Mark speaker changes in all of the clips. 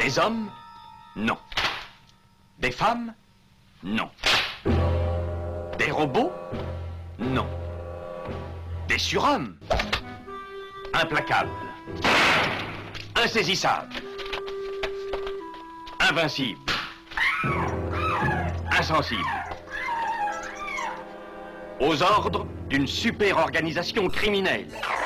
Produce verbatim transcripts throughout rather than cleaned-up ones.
Speaker 1: Des hommes? Non. Des femmes? Non. Des robots? Non. Des surhommes? Implacables. Insaisissables. Invincibles. Insensibles. Aux ordres d'une super organisation criminelle.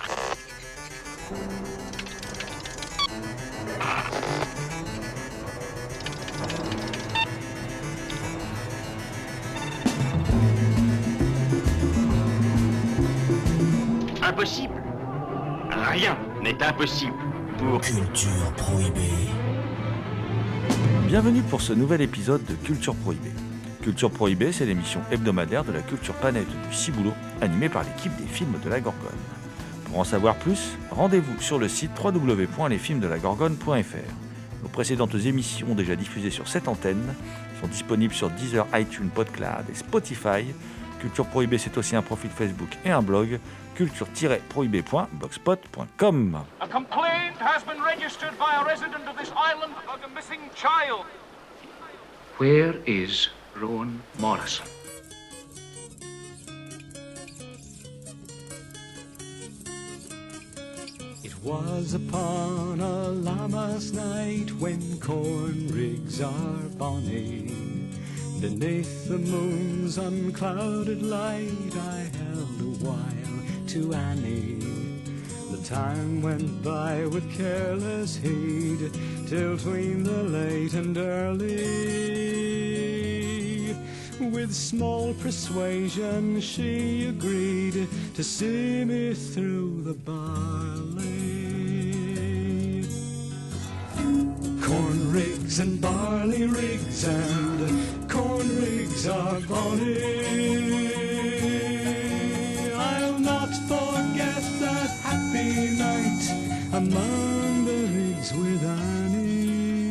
Speaker 1: Impossible. Rien n'est impossible pour...
Speaker 2: Culture Prohibée.
Speaker 3: Bienvenue pour ce nouvel épisode de Culture Prohibée. Culture Prohibée, c'est l'émission hebdomadaire de la culture planète du Ciboulot, animée par l'équipe des films de la Gorgone. Pour en savoir plus, rendez-vous sur le site w w w point les films de la gorgone point f r. Nos précédentes émissions déjà diffusées sur cette antenne sont disponibles sur Deezer, iTunes, PodCloud et Spotify. Culture Prohibée, c'est aussi un profil Facebook et un blog, culture tiret prohibée point blogspot point com.
Speaker 4: A complaint has been registered by a resident of this island of a missing child.
Speaker 5: Where is Rowan Morrison?
Speaker 6: It was upon a Lammas night when corn rigs are bonny. Beneath the moon's unclouded light I held a while to Annie. The time went by with careless heed till tween the late and early. With small persuasion she agreed to see me through the barley. Corn rigs and barley rigs and corn rigs are bonny. I'll not forget that happy night among the rigs with Annie.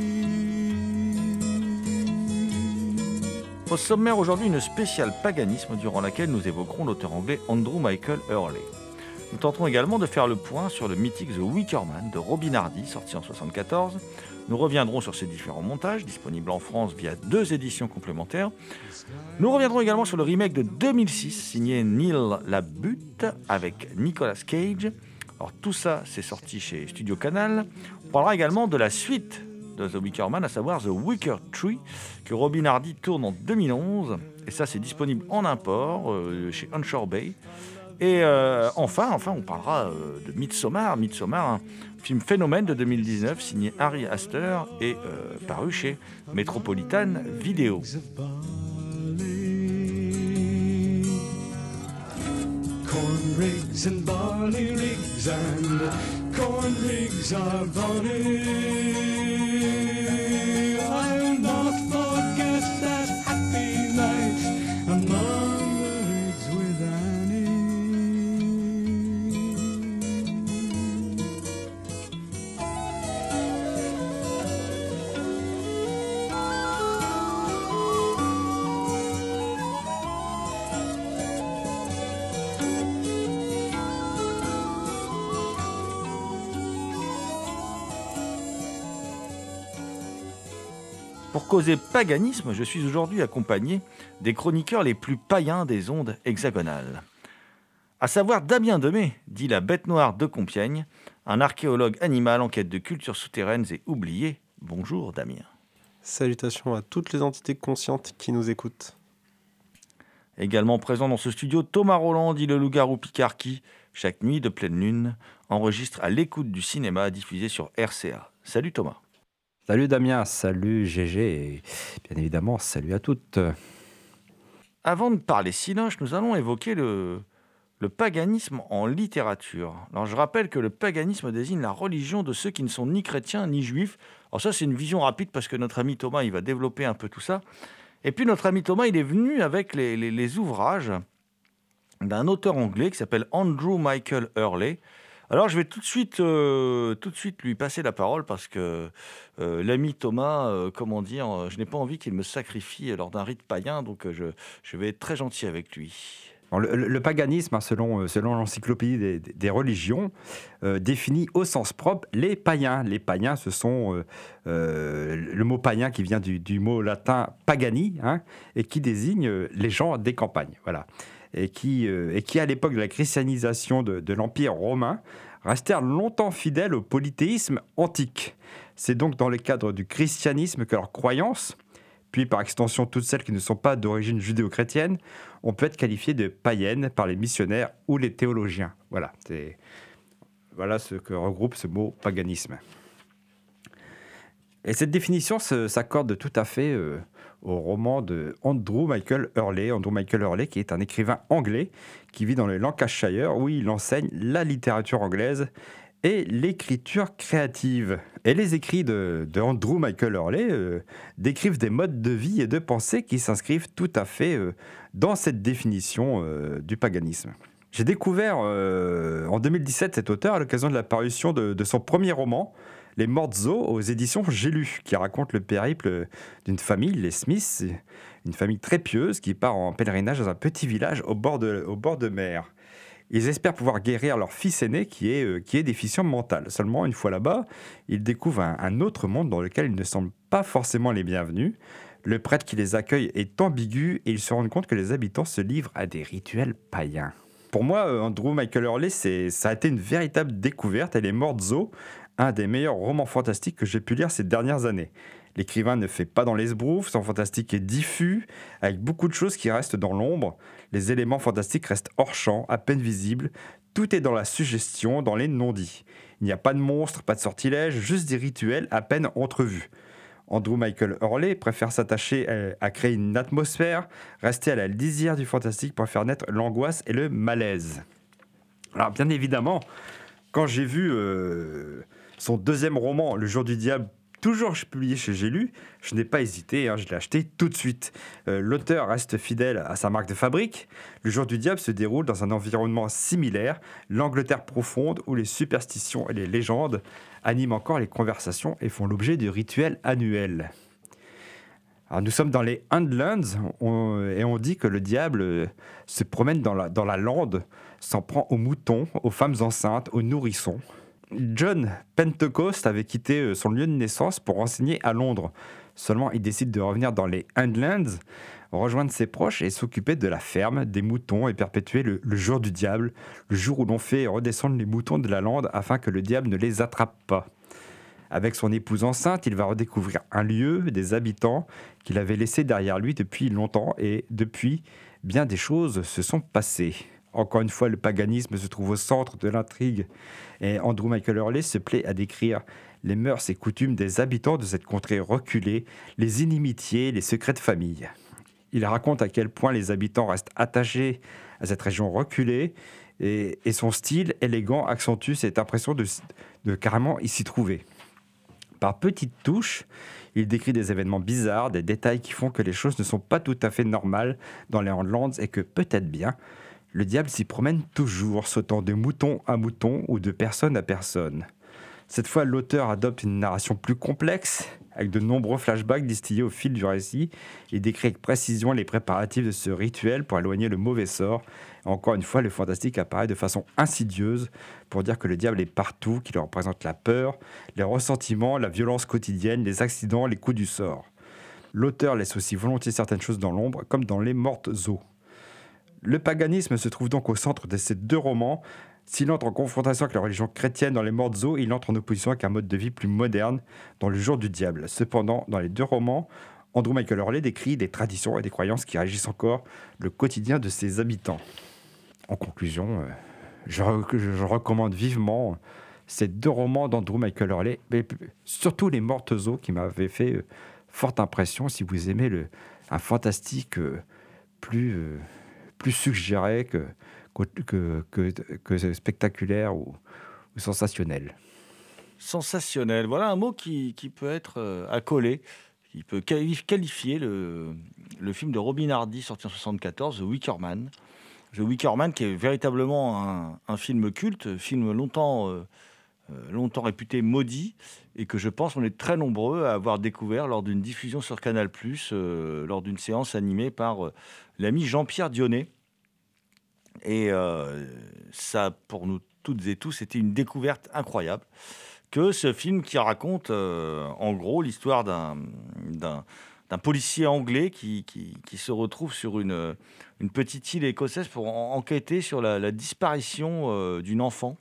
Speaker 3: Au sommaire aujourd'hui, une spéciale paganisme durant laquelle nous évoquerons l'auteur anglais Andrew Michael Hurley. Nous tenterons également de faire le point sur le mythique The Wicker Man de Robin Hardy, sorti en soixante-quatorze. Nous reviendrons sur ses différents montages, disponibles en France via deux éditions complémentaires. Nous reviendrons également sur le remake de deux mille six, signé Neil Labute, avec Nicolas Cage. Alors tout ça, c'est sorti chez Studio Canal. On parlera également de la suite de The Wicker Man, à savoir The Wicker Tree, que Robin Hardy tourne en deux mille onze. Et ça, c'est disponible en import euh, chez Onshore Bay. Et euh, enfin, enfin, on parlera euh, de Midsommar, Midsommar, un film phénomène de deux mille dix-neuf, signé Harry Astor et euh, paru chez Metropolitan Video.
Speaker 6: Corn rigs and barley rigs and corn rigs are bonny. I'll not forget that happy night among the rigs with Annie.
Speaker 3: Pour causer paganisme, je suis aujourd'hui accompagné des chroniqueurs les plus païens des ondes hexagonales. À savoir Damien Demey, dit la bête noire de Compiègne, un archéologue animal en quête de cultures souterraines et oubliées. Bonjour Damien.
Speaker 7: Salutations à toutes les entités conscientes qui nous écoutent.
Speaker 3: Également présent dans ce studio, Thomas Roland, dit le loup-garou Picard qui, chaque nuit de pleine lune, enregistre à l'écoute du cinéma diffusé sur R C A. Salut Thomas.
Speaker 8: Salut Damien, salut G G et bien évidemment salut à toutes.
Speaker 3: Avant de parler cinoche, nous allons évoquer le, le paganisme en littérature. Alors je rappelle que le paganisme désigne la religion de ceux qui ne sont ni chrétiens ni juifs. Alors ça c'est une vision rapide parce que notre ami Thomas il va développer un peu tout ça. Et puis notre ami Thomas il est venu avec les, les, les ouvrages d'un auteur anglais qui s'appelle Andrew Michael Hurley. Alors je vais tout de suite, euh, tout de suite lui passer la parole parce que euh, l'ami Thomas, euh, comment dire, euh, je n'ai pas envie qu'il me sacrifie lors d'un rite païen, donc euh, je, je vais être très gentil avec lui.
Speaker 8: Alors, le, le- le paganisme, hein, selon, euh, selon l'encyclopédie des, des- des religions, euh, définit au sens propre les païens. Les païens, ce sont euh, euh, le mot païen qui vient du, du mot latin pagani, hein, et qui désigne euh, les gens des campagnes. Voilà. Et qui, euh, et qui, à l'époque de la christianisation de, de l'Empire romain, restèrent longtemps fidèles au polythéisme antique. C'est donc dans le cadre du christianisme que leurs croyances, puis par extension toutes celles qui ne sont pas d'origine judéo-chrétienne, on peut être qualifiées de païennes par les missionnaires ou les théologiens. Voilà, c'est, voilà ce que regroupe ce mot paganisme. Et cette définition se- s'accorde tout à fait euh, au roman de Andrew Michael Hurley. Andrew Michael Hurley, qui est un écrivain anglais qui vit dans le Lancashire, où il enseigne la littérature anglaise et l'écriture créative. Et les écrits de, de Andrew Michael Hurley euh, décrivent des modes de vie et de pensée qui s'inscrivent tout à fait euh, dans cette définition euh, du paganisme. J'ai découvert euh, en deux mille dix-sept cet auteur à l'occasion de la parution de, de son premier roman, Les Mortes Eaux, aux éditions J'ai lu, qui raconte le périple d'une famille, les Smiths, une famille très pieuse qui part en pèlerinage dans un petit village au bord de, au bord de mer. Ils espèrent pouvoir guérir leur fils aîné qui est, euh, qui est déficient mental. Seulement, une fois là-bas, ils découvrent un, un autre monde dans lequel ils ne semblent pas forcément les bienvenus. Le prêtre qui les accueille est ambigu et ils se rendent compte que les habitants se livrent à des rituels païens. Pour moi, euh, Andrew Michael Hurley, c'est, ça a été une véritable découverte. Et Les Mortes Eaux, un des meilleurs romans fantastiques que j'ai pu lire ces dernières années. L'écrivain ne fait pas dans l'esbrouf, son fantastique est diffus, avec beaucoup de choses qui restent dans l'ombre. Les éléments fantastiques restent hors champ, à peine visibles. Tout est dans la suggestion, dans les non-dits. Il n'y a pas de monstres, pas de sortilèges, juste des rituels à peine entrevus. Andrew Michael Hurley préfère s'attacher à, à créer une atmosphère, rester à la lisière du fantastique pour faire naître l'angoisse et le malaise. Alors bien évidemment, quand j'ai vu euh, son deuxième roman, Le Jour du Diable, toujours publié chez J'ai lu, je n'ai pas hésité, hein, je l'ai acheté tout de suite. Euh, l'auteur reste fidèle à sa marque de fabrique. Le Jour du Diable se déroule dans un environnement similaire, l'Angleterre profonde, où les superstitions et les légendes animent encore les conversations et font l'objet de rituels annuels. Alors, nous sommes dans les Highlands on- et on dit que le diable euh, se promène dans la, dans la lande, s'en prend aux moutons, aux femmes enceintes, aux nourrissons. John Pentecost avait quitté euh, son lieu de naissance pour enseigner à Londres. Seulement, il décide de revenir dans les Highlands, rejoindre ses proches et s'occuper de la ferme, des moutons et perpétuer le, le jour du diable, le jour où l'on fait redescendre les moutons de la lande afin que le diable ne les attrape pas. Avec son épouse enceinte, il va redécouvrir un lieu, des habitants qu'il avait laissés derrière lui depuis longtemps et depuis, bien des choses se sont passées. Encore une fois, le paganisme se trouve au centre de l'intrigue et Andrew Michael Hurley se plaît à décrire les mœurs et coutumes des habitants de cette contrée reculée, les inimitiés, les secrets de famille. Il raconte à quel point les habitants restent attachés à cette région reculée et, et son style élégant accentue cette impression de, de carrément y s'y trouver. Par petites touches, il décrit des événements bizarres, des détails qui font que les choses ne sont pas tout à fait normales dans les Highlands et que peut-être bien, le diable s'y promène toujours, sautant de mouton à mouton ou de personne à personne. Cette fois, l'auteur adopte une narration plus complexe, avec de nombreux flashbacks distillés au fil du récit. Il décrit avec précision les préparatifs de ce rituel pour éloigner le mauvais sort. Et encore une fois, le fantastique apparaît de façon insidieuse pour dire que le diable est partout, qu'il représente la peur, les ressentiments, la violence quotidienne, les accidents, les coups du sort. L'auteur laisse aussi volontiers certaines choses dans l'ombre, comme dans Les Mortes Eaux. Le paganisme se trouve donc au centre de ces deux romans. S'il entre en confrontation avec la religion chrétienne dans Les Mortes Eaux, il entre en opposition avec un mode de vie plus moderne dans Le Jour du Diable. Cependant, dans les deux romans, Andrew Michael Hurley décrit des traditions et des croyances qui régissent encore le quotidien de ses habitants. En conclusion, euh, je, re- je recommande vivement ces deux romans d'Andrew Michael Hurley, mais surtout Les Mortes Eaux qui m'avaient fait euh, forte impression si vous aimez le, un fantastique euh, plus... euh, plus suggéré que, que, que, que spectaculaire ou, ou sensationnel.
Speaker 3: Sensationnel, voilà un mot qui, qui peut être euh, accolé, qui peut quali- qualifier le, le film de Robin Hardy sorti en soixante-quatorze, The Wicker Man. The Wicker Man qui est véritablement un, un film culte, film longtemps, euh, longtemps réputé maudit, et que je pense on est très nombreux à avoir découvert lors d'une diffusion sur Canal+, euh, lors d'une séance animée par euh, l'ami Jean-Pierre Dionnet, Et euh, ça, pour nous toutes et tous, c'était une découverte incroyable que ce film qui raconte, euh, en gros, l'histoire d'un, d'un, d'un policier anglais qui, qui, qui se retrouve sur une, une petite île écossaise pour en- enquêter sur la, la disparition euh, d'une enfant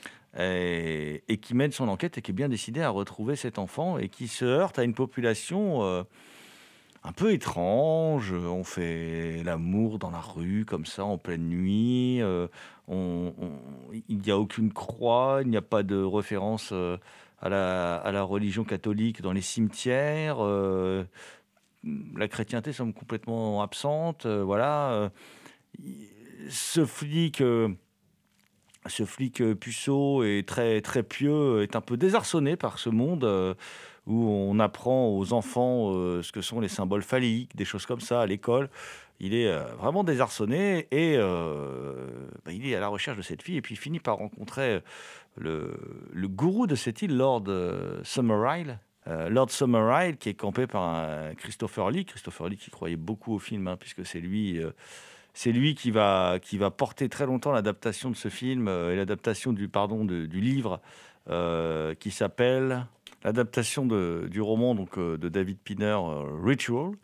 Speaker 3: et, et qui mène son enquête et qui est bien décidé à retrouver cet enfant et qui se heurte à une population euh, un peu étrange. On fait l'amour dans la rue, comme ça, en pleine nuit. Euh, on- on- il n'y a aucune croix, il n'y a pas de référence euh, à la, à la religion catholique dans les cimetières. Euh, la chrétienté semble complètement absente. Euh, voilà. Euh, il- ce flic... euh, ce flic euh, puceau et très, très pieux est un peu désarçonné par ce monde euh, où on apprend aux enfants euh, ce que sont les symboles phalliques, des choses comme ça à l'école. Il est euh, vraiment désarçonné et euh, bah, il est à la recherche de cette fille et puis il finit par rencontrer le, le gourou de cette île, Lord euh, Summerisle. Euh, Lord Summerisle, qui est campé par un Christopher Lee. Christopher Lee qui croyait beaucoup au film, hein, puisque c'est lui... euh, c'est lui qui va, qui va porter très longtemps l'adaptation de ce film euh, et l'adaptation du, pardon, de- du livre euh, qui s'appelle l'adaptation de- du roman donc, euh, de David Pinner, euh, Ritual.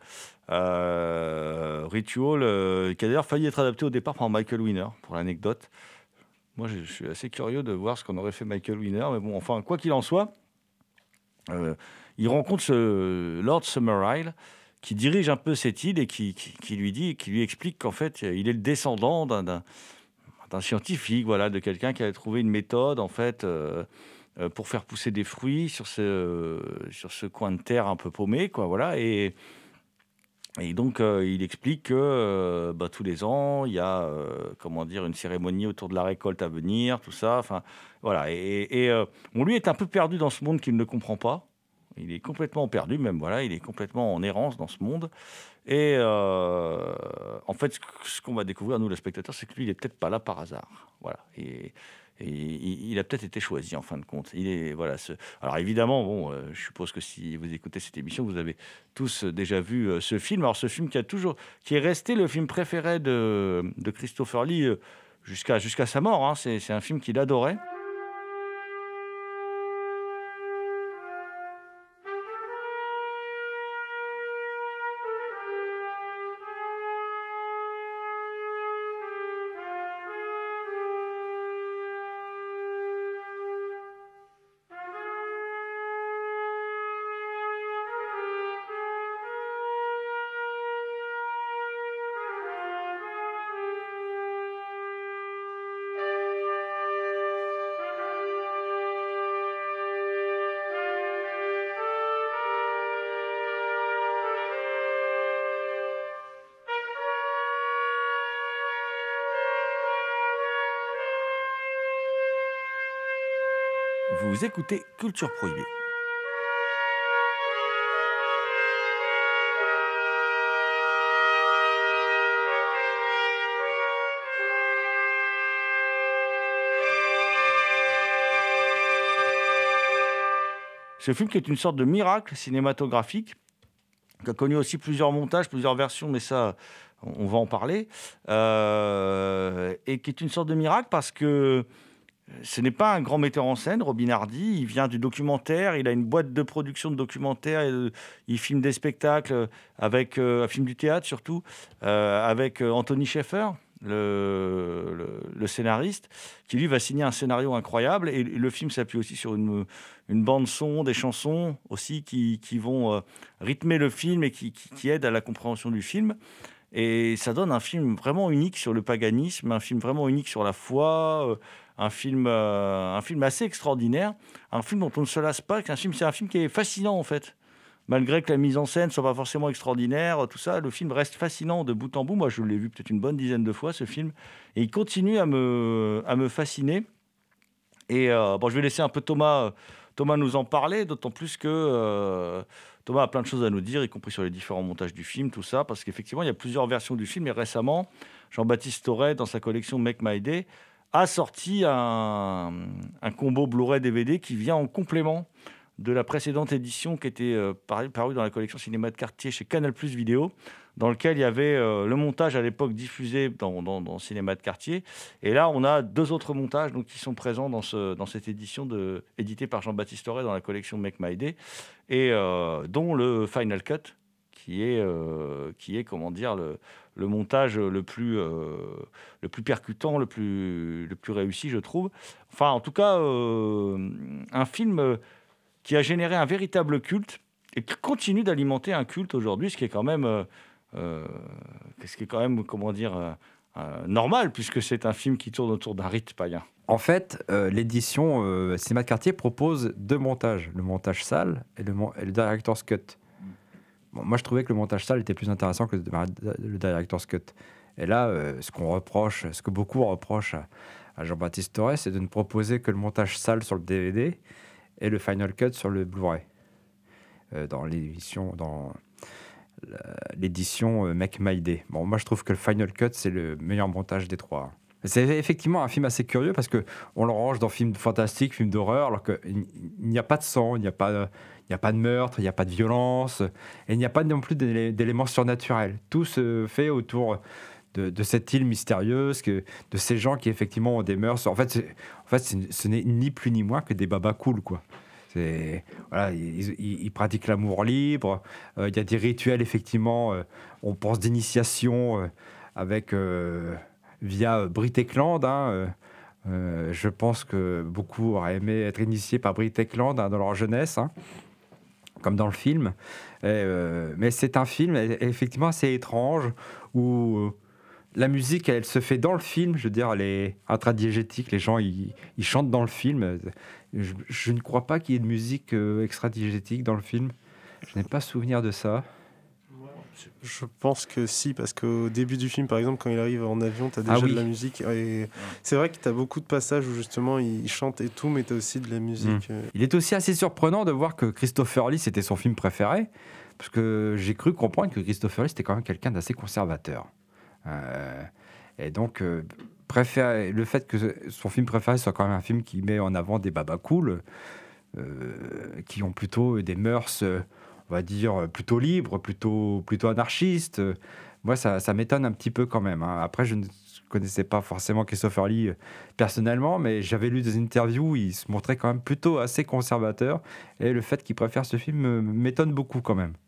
Speaker 3: Euh, Ritual, euh, qui a d'ailleurs failli être adapté au départ par Michael Winner, pour l'anecdote. Moi, je, je suis assez curieux de voir ce qu'en aurait fait Michael Winner, mais bon, enfin, quoi qu'il en soit, euh, il rencontre ce Lord Summerisle qui dirige un peu cette île et qui, qui, qui lui dit, qui lui explique qu'en fait, il est le descendant d'un, d'un, d'un scientifique, voilà, de quelqu'un qui avait trouvé une méthode en fait euh, euh, pour faire pousser des fruits sur ce, euh, sur ce coin de terre un peu paumé, quoi, voilà. Et, et donc, euh, il explique que euh, bah, tous les ans, il y a euh, comment dire, une cérémonie autour de la récolte à venir, tout ça. Enfin, voilà. Et, et euh, bon, lui est un peu perdu dans ce monde qu'il ne comprend pas. Il est complètement perdu, même. Voilà, il est complètement en errance dans ce monde. Et euh, en fait, ce ce qu'on va découvrir, nous, le spectateur, c'est que lui, il est peut-être pas là par hasard. Voilà. Et, et il il a peut-être été choisi en fin de compte. Il est voilà. Ce... Alors évidemment, bon, euh, je suppose que si vous écoutez cette émission, vous avez tous euh, déjà vu euh, ce film. Alors ce film qui a toujours, qui est resté le film préféré de, de Christopher Lee euh, jusqu'à jusqu'à sa mort. Hein. C'est c'est un film qu'il adorait. Vous écoutez Culture Prohibée. Ce film qui est une sorte de miracle cinématographique, qui a connu aussi plusieurs montages, plusieurs versions, mais ça, on va en parler, euh, et qui est une sorte de miracle parce que ce n'est pas un grand metteur en scène, Robin Hardy. Il vient du documentaire, il a une boîte de production de documentaires, et, il filme des spectacles, avec, euh, un film du théâtre surtout, euh, avec euh, Anthony Sheffer, le, le, le scénariste, qui lui va signer un scénario incroyable. Et le film s'appuie aussi sur une, une bande-son, des chansons aussi qui, qui vont euh, rythmer le film et qui, qui, qui aident à la compréhension du film. Et ça donne un film vraiment unique sur le paganisme, un film vraiment unique sur la foi, euh, un film, euh, un film assez extraordinaire, un film dont on ne se lasse pas, qu'un film, c'est un film qui est fascinant en fait. Malgré que la mise en scène soit pas forcément extraordinaire, tout ça, le film reste fascinant de bout en bout. Moi, je l'ai vu peut-être une bonne dizaine de fois, ce film, et il continue à me, à me fasciner. Et euh, bon, je vais laisser un peu Thomas, Thomas nous en parler, d'autant plus que euh, Thomas a plein de choses à nous dire, y compris sur les différents montages du film, tout ça, parce qu'effectivement, il y a plusieurs versions du film. Et récemment, Jean-Baptiste Torret, dans sa collection Make My Day, a sorti un, un combo Blu-ray D V D qui vient en complément de la précédente édition qui était euh, parue dans la collection Cinéma de Quartier chez Canal+ Vidéo. dans lequel il y avait euh, le montage à l'époque diffusé dans, dans, dans Cinéma de quartier. Et là, on a deux autres montages donc, qui sont présents dans, ce, dans cette édition de, éditée par Jean-Baptiste Auré dans la collection Make My Day, et euh, dont le Final Cut, qui est, euh, qui est comment dire, le, le montage le plus, euh, le plus percutant, le plus, le plus réussi, je trouve. Enfin, en tout cas, euh, un film qui a généré un véritable culte et qui continue d'alimenter un culte aujourd'hui, ce qui est quand même, euh, euh, ce qui est quand même, comment dire, euh, euh, normal, puisque c'est un film qui tourne autour d'un rite païen.
Speaker 8: En fait, euh, l'édition euh, Cinéma de quartier propose deux montages, le montage salle et le, mon- et le director's cut. Bon, moi, je trouvais que le montage salle était plus intéressant que le, le director's cut. Et là, euh, ce qu'on reproche, ce que beaucoup reprochent à, à Jean-Baptiste Torres, c'est de ne proposer que le montage salle sur le D V D et le final cut sur le Blu-ray. Euh, dans l'édition, dans la- l'édition euh, Make My Day. Bon, moi, je trouve que le final cut, c'est le meilleur montage des trois. C'est effectivement un film assez curieux parce que on le range dans films fantastiques, films d'horreur, alors qu'il n'y a pas de sang, il n'y a pas de, il n'y a pas de meurtre, il n'y a pas de violence, et il n'y a pas non plus d'élé- d'éléments surnaturels. Tout se fait autour de, de cette île mystérieuse, que, de ces gens qui effectivement ont des mœurs. En fait, c'est- en fait c'est- ce n'est ni plus ni moins que des babas cool, quoi. C'est, voilà, ils, ils- ils pratiquent l'amour libre. Euh, Il y a des rituels, effectivement, euh, on pense d'initiation euh, avec... euh, via euh, Brit Ekland. Hein, euh, euh, je pense que beaucoup auraient aimé être initiés par Brit Ekland hein, dans leur jeunesse, hein, comme dans le film. Et, euh, mais c'est un film e- effectivement assez étrange où euh, la musique, elle, se fait dans le film. Je veux dire, elle est intradiégétique. Les gens, ils, ils chantent dans le film. Je, je ne crois pas qu'il y ait de musique euh, extradiégétique dans le film. Je n'ai pas souvenir de ça.
Speaker 7: Je pense que si, parce qu'au début du film, par exemple, quand il arrive en avion, tu as déjà
Speaker 8: Ah oui.
Speaker 7: de la musique. Et c'est vrai que tu as beaucoup de passages où justement il chante et tout, mais tu as aussi de la musique.
Speaker 8: Mm.
Speaker 7: euh.
Speaker 8: Il est aussi assez surprenant de voir que Christopher Lee, c'était son film préféré, parce que j'ai cru comprendre que Christopher Lee, c'était quand même quelqu'un d'assez conservateur. Euh, et donc, euh, préféré, le fait que son film préféré soit quand même un film qui met en avant des babas cool, euh, qui ont plutôt des mœurs, euh, on va dire, plutôt libres, plutôt, plutôt anarchistes, euh, moi, ça, ça m'étonne un petit peu quand même. Hein. Après, je ne connaissais pas forcément Christopher Lee euh, personnellement, mais j'avais lu des interviews où il se montrait quand même plutôt assez conservateur, et le fait qu'il préfère ce film euh, m'étonne beaucoup quand même.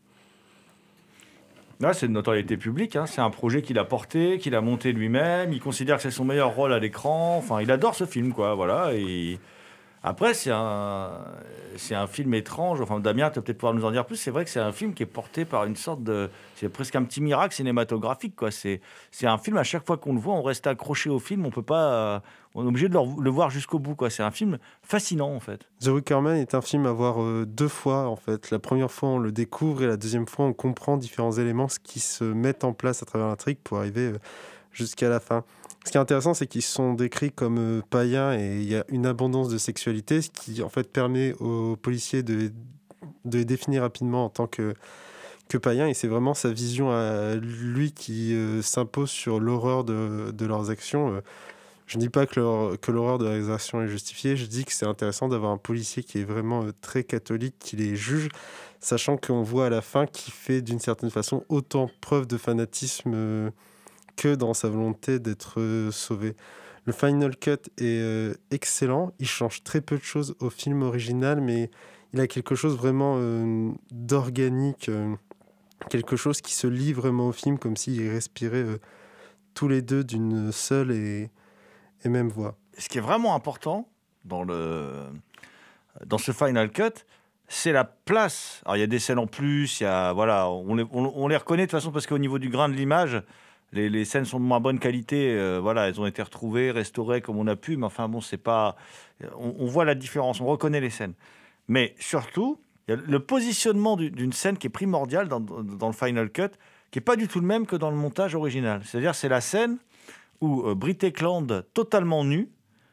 Speaker 3: Là, c'est de notoriété publique. Hein. C'est un projet qu'il a porté, qu'il a monté lui-même. Il considère que c'est son meilleur rôle à l'écran. Enfin, il adore ce film, quoi. Voilà. Et après, c'est un, c'est un film étrange. Enfin, Damien, tu vas peut-être pouvoir nous en dire plus. C'est vrai que c'est un film qui est porté par une sorte de... C'est presque un petit miracle cinématographique, quoi. C'est, c'est un film, à chaque fois qu'on le voit, on reste accroché au film. On peut pas... euh, on est obligé de le, le voir jusqu'au bout, quoi. C'est un film fascinant, en fait.
Speaker 7: The Wicker Man est un film à voir euh, deux fois, en fait. La première fois, on le découvre, et la deuxième fois, on comprend différents éléments qui se mettent en place à travers l'intrigue pour arriver euh, jusqu'à la fin. Ce qui est intéressant, c'est qu'ils sont décrits comme euh, païens, et il y a une abondance de sexualité, ce qui en fait permet aux policiers de, de les définir rapidement en tant que, que païens, et c'est vraiment sa vision à lui qui euh, s'impose sur l'horreur de, de leurs actions. Euh, je ne dis pas que, leur, que l'horreur de leurs actions est justifiée, je dis que c'est intéressant d'avoir un policier qui est vraiment euh, très catholique, qui les juge, sachant qu'on voit à la fin qu'il fait d'une certaine façon autant preuve de fanatisme euh, que dans sa volonté d'être euh, sauvé. Le Final Cut est euh, excellent, il change très peu de choses au film original, mais il a quelque chose vraiment euh, d'organique, euh, quelque chose qui se lie vraiment au film, comme s'ils respiraient euh, tous les deux d'une seule et, et même voix.
Speaker 3: Ce qui est vraiment important dans, le, dans ce Final Cut, c'est la place. Alors, il y a des scènes en plus, il y a, voilà, on, les, on, on les reconnaît de toute façon parce qu'au niveau du grain de l'image, les, les scènes sont de moins bonne qualité. Euh, voilà, elles ont été retrouvées, restaurées comme on a pu, mais enfin bon, c'est pas. On, on voit la différence, on reconnaît les scènes. Mais surtout, il y a le positionnement du, d'une scène qui est primordiale dans, dans le Final Cut, qui n'est pas du tout le même que dans le montage original. C'est-à-dire, c'est la scène où euh, Brit Ekland, totalement nue,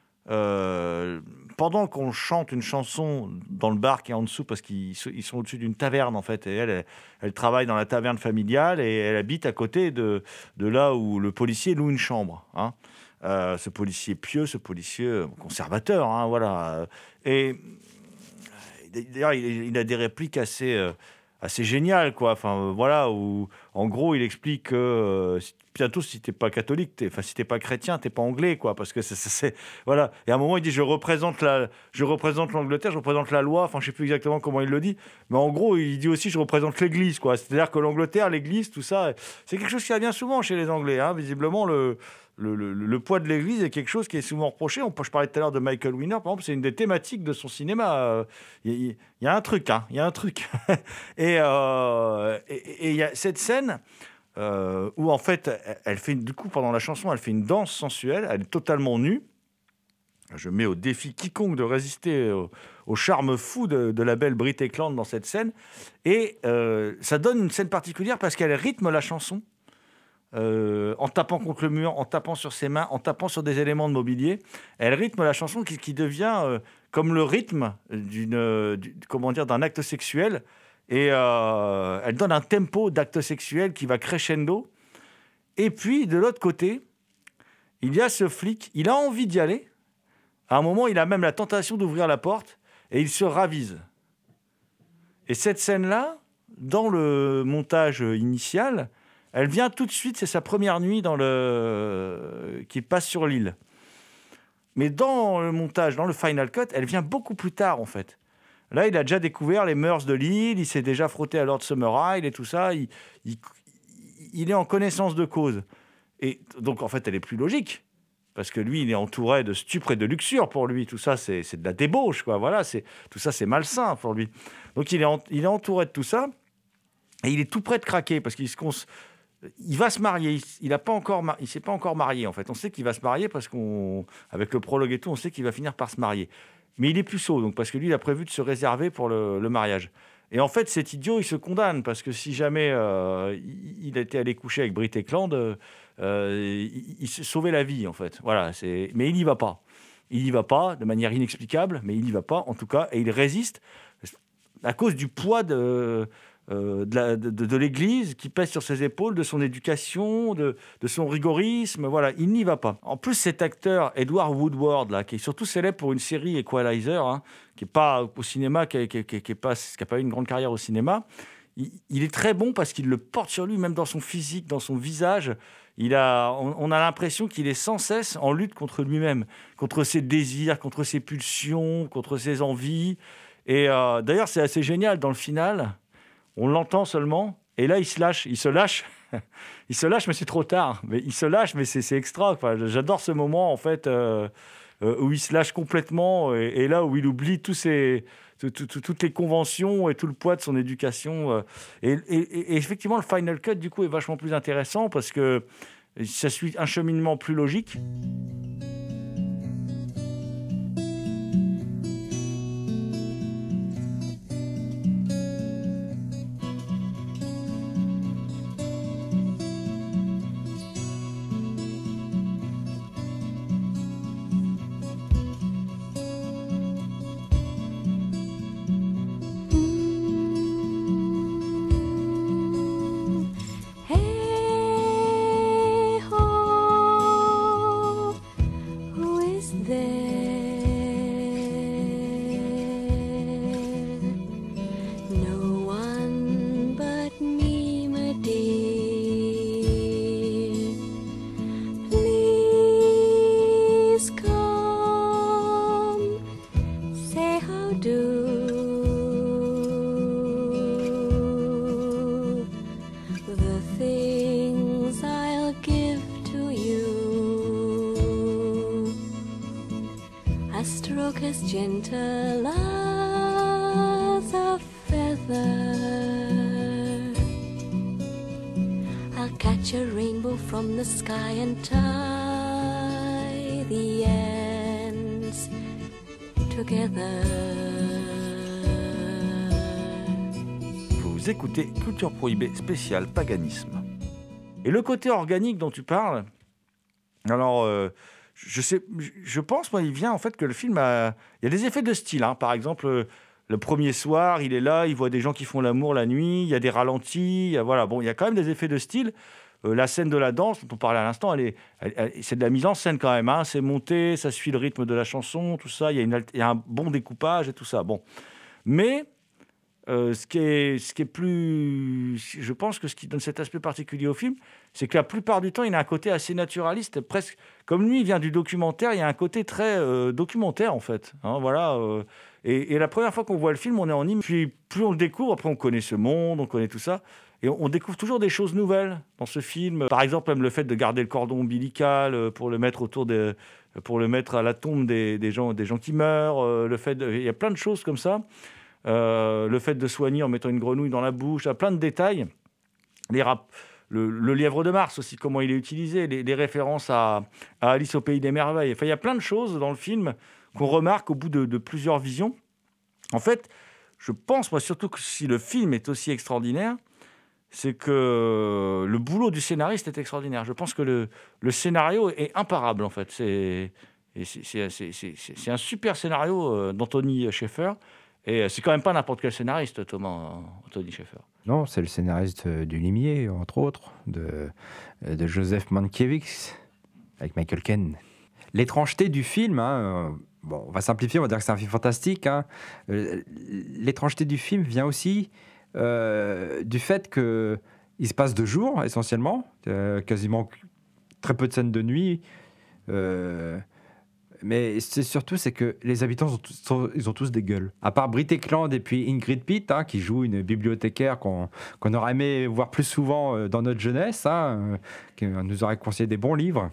Speaker 3: euh, pendant qu'on chante une chanson dans le bar qui est en dessous, parce qu'ils ils sont au-dessus d'une taverne, en fait, et elle, elle, elle travaille dans la taverne familiale, et elle habite à côté de, de là où le policier loue une chambre. Hein. Euh, ce policier pieux, ce policier conservateur, hein, voilà. Et d'ailleurs, il, il a des répliques assez... Euh, assez génial, quoi. Enfin, euh, voilà, où en gros, il explique que euh, si- bientôt, si t'es pas catholique, t'es, enfin, si t'es pas chrétien, t'es pas anglais, quoi, parce que c'est, c'est- c'est- voilà. Et à un moment, il dit, je représente la, je représente l'Angleterre, je représente la loi. Enfin, je sais plus exactement comment il le dit, mais en gros, il dit aussi, je représente l'Église, quoi. C'est-à-dire que l'Angleterre, l'Église, tout ça, c'est quelque chose qui revient souvent chez les Anglais, hein. Visiblement, le le, le- le poids de l'Église est quelque chose qui est souvent reproché. On, peut- je parlais tout à l'heure de Michael Winner, par exemple, c'est une des thématiques de son cinéma. Euh, Il y, il y a un truc, hein, il y a un truc. et euh, et- et il y a cette scène euh, où, en fait, elle- elle fait, du coup, pendant la chanson, elle fait une danse sensuelle, elle est totalement nue. Je mets au défi quiconque de résister au, au charme fou de, de la belle Brit Eklund dans cette scène. Et euh, ça donne une scène particulière parce qu'elle rythme la chanson. Euh, en tapant contre le mur, en tapant sur ses mains, en tapant sur des éléments de mobilier. Elle rythme la chanson qui, qui devient euh, comme le rythme d'une, euh, du- comment dire, d'un acte sexuel. Et euh, elle donne un tempo d'acte sexuel qui va crescendo. Et puis, de l'autre côté, il y a ce flic, il a envie d'y aller. À un moment, il a même la tentation d'ouvrir la porte et il se ravise. Et cette scène-là, dans le montage initial, elle vient tout de suite, c'est sa première nuit dans le... qui passe sur l'île. Mais dans le montage, dans le Final Cut, elle vient beaucoup plus tard, en fait. Là, il a déjà découvert les mœurs de l'île, il s'est déjà frotté à Lord Summerhill et tout ça. Il, il, il est en connaissance de cause. Et donc, en fait, elle est plus logique. Parce que lui, il est entouré de stupre et de luxure pour lui. Tout ça, c'est, c'est de la débauche, quoi. Voilà, c'est, tout ça, c'est malsain pour lui. Donc, il est, en, il est entouré de tout ça. Et il est tout près de craquer parce qu'il se cons... il va se marier. Il a pas encore, mar... il s'est pas encore marié en fait. On sait qu'il va se marier parce qu'on, avec le prologue et tout, on sait qu'il va finir par se marier. Mais il est puceau, donc parce que lui, il a prévu de se réserver pour le, le mariage. Et en fait, cet idiot, il se condamne parce que si jamais euh, il, il était allé coucher avec Brit Eklund, euh, il, il s'est sauvé la vie en fait. Voilà. C'est... Mais il n'y va pas. Il n'y va pas de manière inexplicable, mais il n'y va pas en tout cas, et il résiste à cause du poids de Euh, de, la, de, de l'Église qui pèse sur ses épaules, de son éducation, de, de son rigorisme. Voilà, il n'y va pas. En plus, cet acteur, Edward Woodward, là, qui est surtout célèbre pour une série Equalizer, hein, qui n'est pas au cinéma, qui n'a qui, qui, qui pas, qui pas eu une grande carrière au cinéma, il, il est très bon parce qu'il le porte sur lui, même dans son physique, dans son visage. Il a, on, on a l'impression qu'il est sans cesse en lutte contre lui-même, contre ses désirs, contre ses pulsions, contre ses envies. Et euh, d'ailleurs, c'est assez génial dans le final. On l'entend seulement, et là, il se lâche. Il se lâche, il se lâche mais c'est trop tard. Mais il se lâche, mais c'est, c'est extra. Enfin, j'adore ce moment, en fait, euh, euh, où il se lâche complètement, et, et là où il oublie tous ses, tout, tout, tout, toutes les conventions et tout le poids de son éducation. Euh, et, et, et effectivement, le Final Cut, du coup, est vachement plus intéressant, parce que ça suit un cheminement plus logique.
Speaker 2: Hey ho, who is there? No one but me, my dear. Please come, say how do. The things I'll give to you, a stroke as gentle as a feather. I'll catch a rainbow from the sky and tie the ends together.
Speaker 3: Vous écoutez Culture Prohibée spéciale paganisme. Et le côté organique dont tu parles, alors euh, je sais, je pense moi il vient en fait que le film a, il y a des effets de style, hein. Par exemple euh, le premier soir il est là, il voit des gens qui font l'amour la nuit, il y a des ralentis, il y a, voilà, bon il y a quand même des effets de style. Euh, la scène de la danse dont on parlait à l'instant, elle est, elle, elle, c'est de la mise en scène quand même, hein. C'est monté, ça suit le rythme de la chanson, tout ça, il y a, une, il y a un bon découpage et tout ça, bon, mais euh, ce, qui est, ce qui est plus... Je pense que ce qui donne cet aspect particulier au film, c'est que la plupart du temps, il a un côté assez naturaliste, presque... Comme lui, il vient du documentaire, il y a un côté très euh, documentaire, en fait. Hein, voilà, euh, et, et la première fois qu'on voit le film, on est en hymne, puis plus on le découvre, après on connaît ce monde, on connaît tout ça, et on, on découvre toujours des choses nouvelles dans ce film. Par exemple, même le fait de garder le cordon ombilical euh, pour le mettre autour des... pour le mettre à la tombe des, des, gens, des gens qui meurent, euh, le fait de... il y a plein de choses comme ça. Euh, le fait de soigner en mettant une grenouille dans la bouche, à plein de détails. Les rap... le, le lièvre de Mars aussi, comment il est utilisé, les, les références à, à Alice au Pays des Merveilles. Enfin, il y a plein de choses dans le film qu'on remarque au bout de, de plusieurs visions. En fait, je pense, moi, surtout que si le film est aussi extraordinaire, c'est que le boulot du scénariste est extraordinaire. Je pense que le, le scénario est imparable, en fait. C'est, et c'est, c'est, c'est, c'est, c'est un super scénario d'Anthony Sheffer. Et c'est quand même pas n'importe quel scénariste, Thomas, Anthony Sheffer.
Speaker 8: Non, c'est le scénariste du Limier, entre autres, de, de Joseph Mankiewicz, avec Michael Caine. L'étrangeté du film, hein, bon, on va simplifier, on va dire que c'est un film fantastique. Hein. L'étrangeté du film vient aussi euh, du fait qu'il se passe de jour, essentiellement, euh, quasiment très peu de scènes de nuit. Euh, Mais c'est surtout c'est que les habitants sont tous, sont, ils ont tous des gueules. À part Britt Ekland et puis Ingrid Pitt, hein, qui joue une bibliothécaire qu'on, qu'on aurait aimé voir plus souvent dans notre jeunesse, hein, euh, qui nous aurait conseillé des bons livres.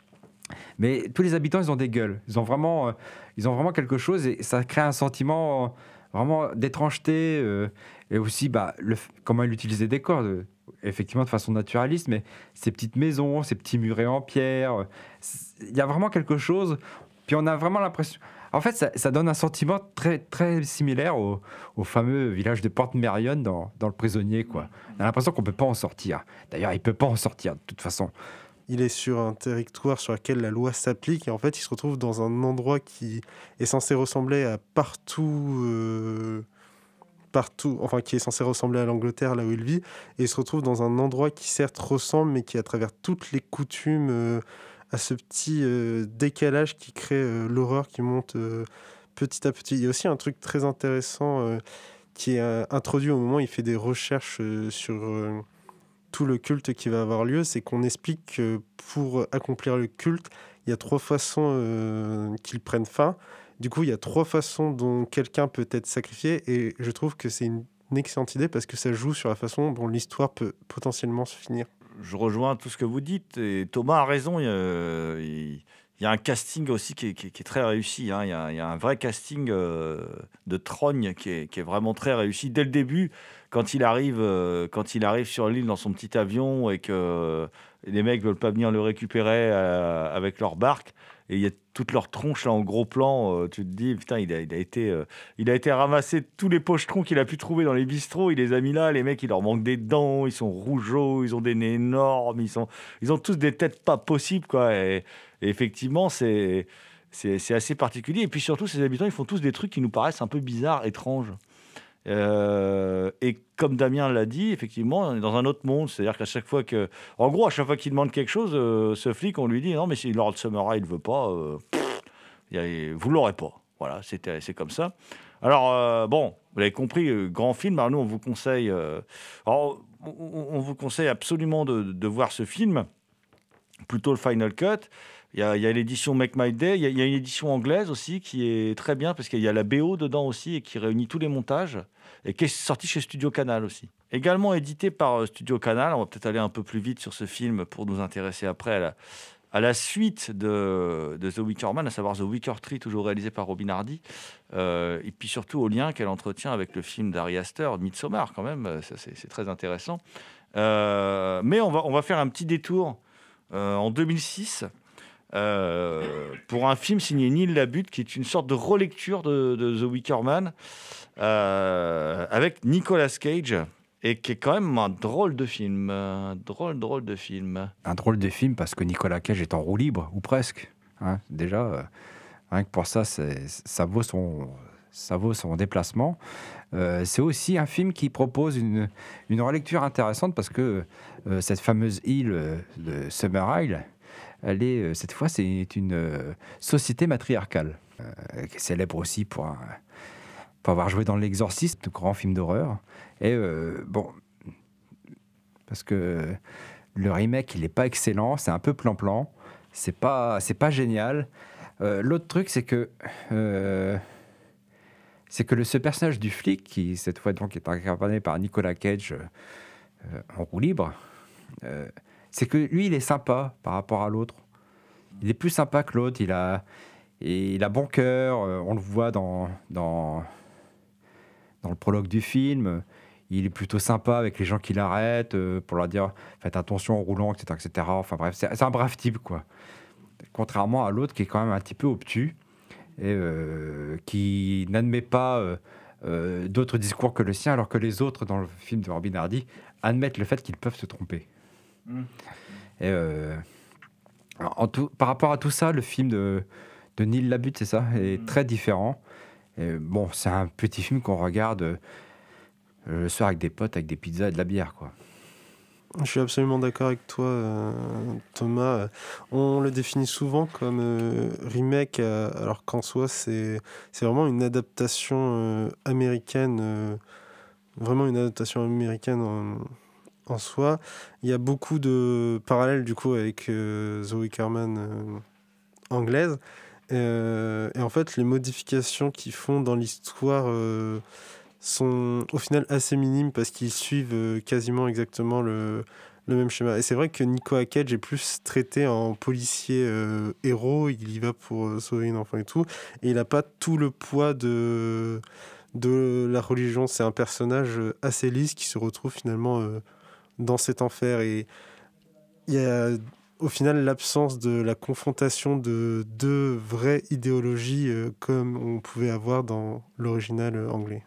Speaker 8: Mais tous les habitants, ils ont des gueules. Ils ont vraiment, euh, ils ont vraiment quelque chose et ça crée un sentiment euh, vraiment d'étrangeté euh, et aussi bah, le, comment il utilise les décors. De, effectivement de façon naturaliste, mais ces petites maisons, ces petits murets en pierre, il y a vraiment quelque chose. Puis on a vraiment l'impression... En fait, ça, ça donne un sentiment très, très similaire au, au fameux village de Porte-Mérion dans, dans Le Prisonnier, quoi. On a l'impression qu'on ne peut pas en sortir. D'ailleurs, il ne peut pas en sortir, de toute façon.
Speaker 7: Il est sur un territoire sur lequel la loi s'applique et en fait, il se retrouve dans un endroit qui est censé ressembler à partout... Euh... partout, enfin qui est censé ressembler à l'Angleterre, là où il vit, et il se retrouve dans un endroit qui certes ressemble, mais qui à travers toutes les coutumes euh, a ce petit euh, décalage qui crée euh, l'horreur qui monte euh, petit à petit. Il y a aussi un truc très intéressant euh, qui est euh, introduit au moment où il fait des recherches euh, sur euh, tout le culte qui va avoir lieu, c'est qu'on explique que pour accomplir le culte, il y a trois façons euh, qu'ils prennent fin. Du coup, il y a trois façons dont quelqu'un peut être sacrifié et je trouve que c'est une excellente idée parce que ça joue sur la façon dont l'histoire peut potentiellement se finir.
Speaker 3: Je rejoins tout ce que vous dites et Thomas a raison. Il y a, il y a un casting aussi qui est, qui est, qui est très réussi. Hein. Il, y a, il y a un vrai casting euh, de trogne qui est, qui est vraiment très réussi. Dès le début, quand il arrive, euh, quand il arrive sur l'île dans son petit avion et que euh, les mecs ne veulent pas venir le récupérer euh, avec leur barque, et il y a toute leur tronche là en gros plan, euh, tu te dis putain il a, il a été euh, il a été ramassé tous les pochetrons qu'il a pu trouver dans les bistrots, il les a mis là, les mecs il leur manque des dents, ils sont rougeaux, ils ont des nez énormes, ils sont ils ont tous des têtes pas possibles quoi et, et effectivement c'est, c'est c'est assez particulier et puis surtout ces habitants ils font tous des trucs qui nous paraissent un peu bizarres, étranges. Euh, et comme Damien l'a dit, effectivement, on est dans un autre monde. C'est-à-dire qu'à chaque fois que, en gros, à chaque fois qu'il demande quelque chose, euh, ce flic, on lui dit non, mais si Lord Summeray ne veut pas, euh, pff, y a, vous l'aurez pas. Voilà, c'est, c'est comme ça. Alors euh, bon, vous l'avez compris, euh, grand film. Alors nous, on vous conseille, euh, alors, on, on vous conseille absolument de, de voir ce film, plutôt le Final Cut. Il y, a, il y a l'édition Make My Day, il y, a, il y a une édition anglaise aussi qui est très bien parce qu'il y a la B O dedans aussi et qui réunit tous les montages et qui est sortie chez Studio Canal aussi. Également édité par Studio Canal, on va peut-être aller un peu plus vite sur ce film pour nous intéresser après à la, à la suite de, de The Wicker Man, à savoir The Wicker Tree, toujours réalisé par Robin Hardy, euh, et puis surtout au lien qu'elle entretient avec le film d'Ari Aster, Midsommar quand même, ça, c'est, c'est très intéressant. Euh, mais on va, on va faire un petit détour euh, en deux mille six. Euh, pour un film signé Neil Labute, qui est une sorte de relecture de, de The Wicker Man, euh, avec Nicolas Cage, et qui est quand même un drôle de film. Un drôle, drôle de film.
Speaker 8: Un drôle de film parce que Nicolas Cage est en roue libre, ou presque. Hein, déjà, euh, rien que pour ça, c'est, ça, vaut son, ça vaut son déplacement. Euh, c'est aussi un film qui propose une, une relecture intéressante parce que euh, cette fameuse île euh, de Summer Isle, elle est, cette fois, c'est une euh, société matriarcale, euh, qui est célèbre aussi pour un, pour avoir joué dans L'Exorciste, grand film d'horreur. Et euh, bon, parce que le remake, il n'est pas excellent, c'est un peu plan-plan, c'est pas, c'est pas génial. Euh, l'autre truc, c'est que euh, c'est que le, ce personnage du flic, qui cette fois donc est incarné par Nicolas Cage euh, en roue libre, euh, c'est que lui, il est sympa par rapport à l'autre. Il est plus sympa que l'autre, il a, et il a bon cœur, euh, on le voit dans, dans, dans le prologue du film. Il est plutôt sympa avec les gens qui l'arrêtent euh, pour leur dire faites attention en roulant, et cetera et cetera. Enfin bref, c'est, c'est un brave type, quoi. Contrairement à l'autre qui est quand même un petit peu obtus et euh, qui n'admet pas euh, euh, d'autres discours que le sien, alors que les autres, dans le film de Robin Hardy, admettent le fait qu'ils peuvent se tromper. Mmh. Et, euh, en tout, par rapport à tout ça, le film de, de Neil Labute, c'est ça, est mmh. très différent. Et bon, c'est un petit film qu'on regarde euh, le soir avec des potes, avec des pizzas et de la bière, quoi.
Speaker 7: Je suis absolument d'accord avec toi, euh, Thomas. On le définit souvent comme euh, remake, euh, alors qu'en soi, c'est, c'est vraiment une adaptation euh, américaine, euh, vraiment une adaptation américaine en, en soi. Il y a beaucoup de parallèles, du coup, avec euh, The Wicker Man euh, anglaise. Euh, et en fait, les modifications qu'ils font dans l'histoire euh, sont au final assez minimes parce qu'ils suivent euh, quasiment exactement le, le même schéma. Et c'est vrai que Nicolas Cage est plus traité en policier euh, héros, il y va pour euh, sauver une enfant et tout, et il n'a pas tout le poids de, de la religion. C'est un personnage assez lisse qui se retrouve finalement euh, dans cet enfer. Et il y a au final l'absence de la confrontation de deux vraies idéologies euh, comme on pouvait avoir dans l'original euh, anglais.